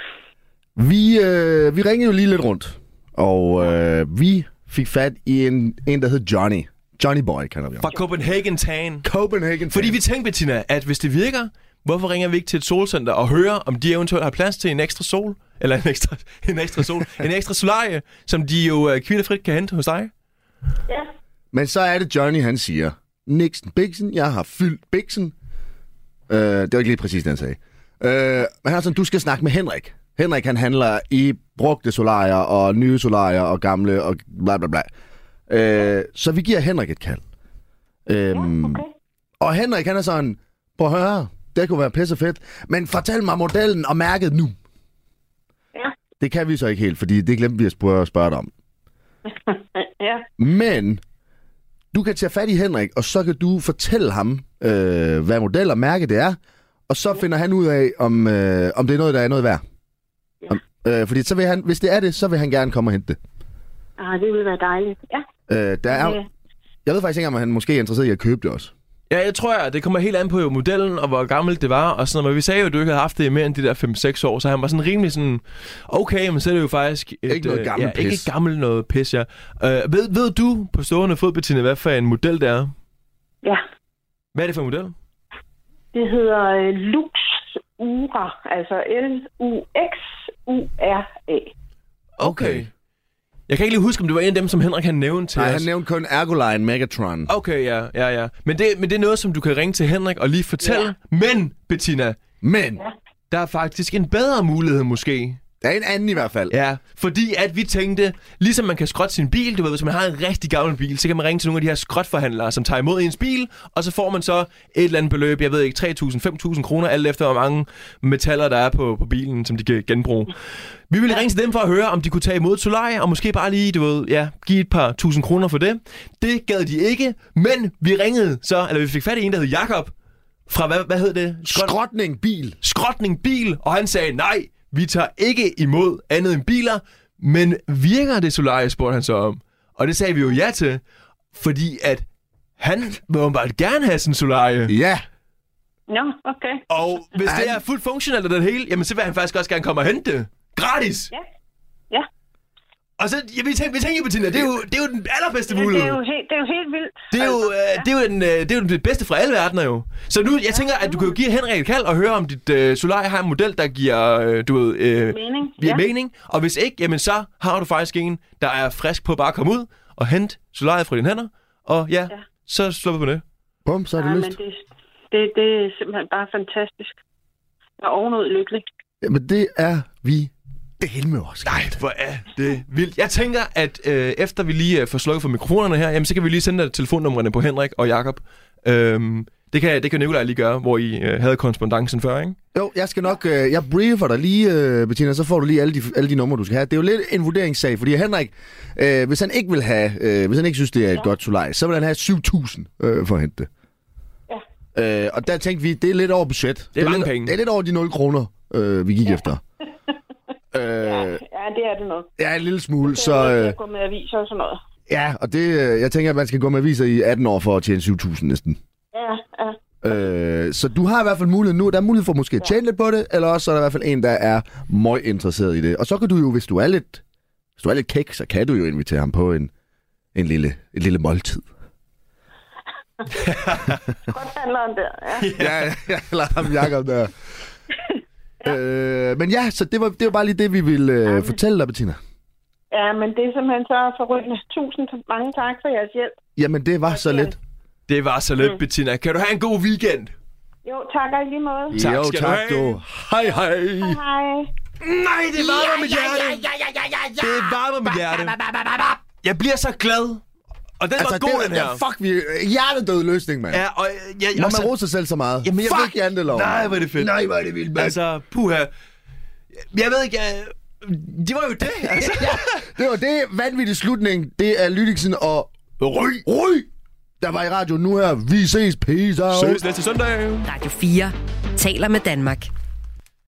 Vi, øh, vi ringede jo lige lidt rundt, og øh, vi fik fat i en, en der hed Johnny. Johnny Boy, kalder vi ham. Fra Copenhagen Tan. Copenhagen Tan. Fordi vi tænkte, Bettina, at hvis det virker, hvorfor ringer vi ikke til et solcenter og hører, om de eventuelt har plads til en ekstra sol? Eller en ekstra, en ekstra sol? en ekstra solarie, som de jo uh, kvitterfrit kan hente hos dig? Ja. Men så er det Johnny, han siger, Nixon Bixen, jeg har fyldt Bixen. Øh, det var ikke lige præcis, det han sagde. Øh, men han er sådan, du skal snakke med Henrik. Henrik, han handler i brugte solarier og nye solarier og gamle og bla bla bla. Øh, så vi giver Henrik et kald. Øh, Ja, okay. Og Henrik, han er sådan, prøv at høre, det kunne være pisse fedt, men fortæl mig modellen og mærket nu. Ja. Det kan vi så ikke helt, fordi det glemte vi at spørge, spørge dig om. Ja. Men du kan tage fat i Henrik, og så kan du fortælle ham, øh, hvad model og mærke det er, og så finder han ud af, om, øh, om det er noget, der er noget værd. Ja. Om, øh, fordi så vil han, hvis det er det, så vil han gerne komme og hente det. Ah, det ville være dejligt. Ja. Øh, der er, Ja. jeg ved faktisk ikke, om han måske er interesseret i at købe det også. Ja, jeg tror, at det kommer helt an på jo modellen, og hvor gammelt det var, og sådan noget. Men vi sagde jo, at du ikke havde haft det i mere end de der fem seks år, så han var sådan rimelig sådan, okay, men så er det jo faktisk et, Ikke noget øh, gammelt ja, pis. ikke gammelt noget pis, ja. Øh, ved, ved du på stående fod, Bettina, hvad for en model det er? Ja. Hvad er det for en model? Det hedder øh, Lux Ura, altså L U X U R A. Okay. Jeg kan ikke lige huske, om det var en af dem, som Henrik han nævnte til Nej, os. han nævnte kun Ergoline Megatron. Okay, ja, ja, ja. Men det, men det er noget, som du kan ringe til Henrik og lige fortælle. Ja. Men, Bettina, Men Ja. der er faktisk en bedre mulighed måske. der er en anden i hvert fald. Ja, fordi at vi tænkte, ligesom man kan skrotte sin bil, du ved, hvis man har en rigtig gammel bil, så kan man ringe til nogle af de her skrotforhandlere, som tager imod ens bil, og så får man så et eller andet beløb, jeg ved ikke, tre tusind, fem tusind kroner, alt efter hvor mange metaller der er på, på bilen, som de kan genbruge. Vi ville ringe til dem for at høre, om de kunne tage imod solarie, og måske bare lige, du ved, ja, give et par tusind kroner for det. Det gad de ikke, men vi ringede så, eller vi fik fat i en, der hed Jakob, fra, hvad, hvad hed det? Skrot- Skrotning bil. Skrotning bil, og han sagde, nej, vi tager ikke imod andet end biler, men virker det solarie, spurgte han så om. Og det sagde vi jo ja til, fordi at han vil jo bare gerne have sådan en solarie. Ja. Nå, okay. Og hvis Han- det er fuldt funktionelt og det hele, jamen så vil han faktisk også gerne komme og hente det. Gratis! Ja. Ja. Og så, ja, vi tænker, vi tænker, Bettina, det er jo, det er jo den allerbedste Ja, det, mulighed. er jo helt, det er jo helt vildt. Det er, jo, Altså, øh, det, er jo den, øh, det er jo det bedste fra alle verdener jo. Så nu, jeg tænker, at du kan jo give Henrik et kald og høre, om dit øh, solarie har en model, der giver, øh, du ved, øh, Mening. giver Ja. mening. Og hvis ikke, jamen så har du faktisk en, der er frisk på bare at komme ud og hente solariet fra dine hænder. Og ja, Ja. så slår vi på det. Bum, så er det Ja, men løst. det, det, det er simpelthen bare fantastisk. Jeg er ovenud lykkelig. Jamen, det er vi del med os. Nej, hvor er det vildt. Jeg tænker, at øh, efter vi lige øh, får slukket for mikrofonerne her, jamen så kan vi lige sende dig telefonnumrene på Henrik og Jakob. Øhm, det kan, det kan Nikolaj lige gøre, hvor I øh, havde korrespondancen før, ikke? Jo, jeg skal nok, øh, jeg briefer dig lige, øh, Bettina, så får du lige alle de, alle de numre, du skal have. Det er jo lidt en vurderingssag, fordi Henrik, øh, hvis han ikke vil have, øh, hvis han ikke synes, det er et ja. godt solarie, så vil han have syv tusind øh, for at hente det. Ja. Øh, og der tænkte vi, det er lidt over budget. Det er mange lidt, penge. Det er lidt over de nul kroner, øh, vi gik ja. efter. Ja, Øh, ja, det er det nok. ja, en lille smule, Så, så... øh, Øh, jeg går med aviser og sådan noget. ja, og det, øh, jeg tænker, at man skal gå med aviser i atten år for at tjene syv tusind næsten. Ja, ja. Øh, så du har i hvert fald mulighed nu. Der er mulighed for måske at tjene lidt på det, eller også så er der i hvert fald en, der er meget interesseret i det. Og så kan du jo, hvis du er lidt, hvis du er lidt kæk, så kan du jo invitere ham på en, en lille, en lille måltid. Godt handler om der, ja. Ja, ja, ja, lad ham Jacob der. øh, men ja, så det var, det var bare lige det, vi ville øh, fortælle dig, Bettina. Ja, men det er simpelthen så forrygende. Tusind mange tak for jeres hjælp. Jamen, det var så lidt. Det var så lidt, mm. Bettina. Kan du have en god weekend? Jo, tak og i lige måde. Tak jo, skal du tak have. du. Hej, hej. Hej, hej. Nej, det varmer mit hjerte. Det varmer mit hjerte. Jeg bliver så glad. Og den altså, var god, det, den her. Det, fuck, vi hjertedød løsning, mand. Ja, og jeg... Må altså, man rose sig selv så meget? Jamen, jeg fuck ved ikke- jantelov. Nej, hvor er det fedt. Nej, hvor er det vildt, mand. Altså, puha. Jeg ved ikke, jeg... Det var jo det, altså. Ja, det var det vanvittige slutning. Det er Lydiksen og Ry. Ry, der var i radio nu her. Vi ses. Peace out. Ses næste søndag. Radio fire taler med Danmark.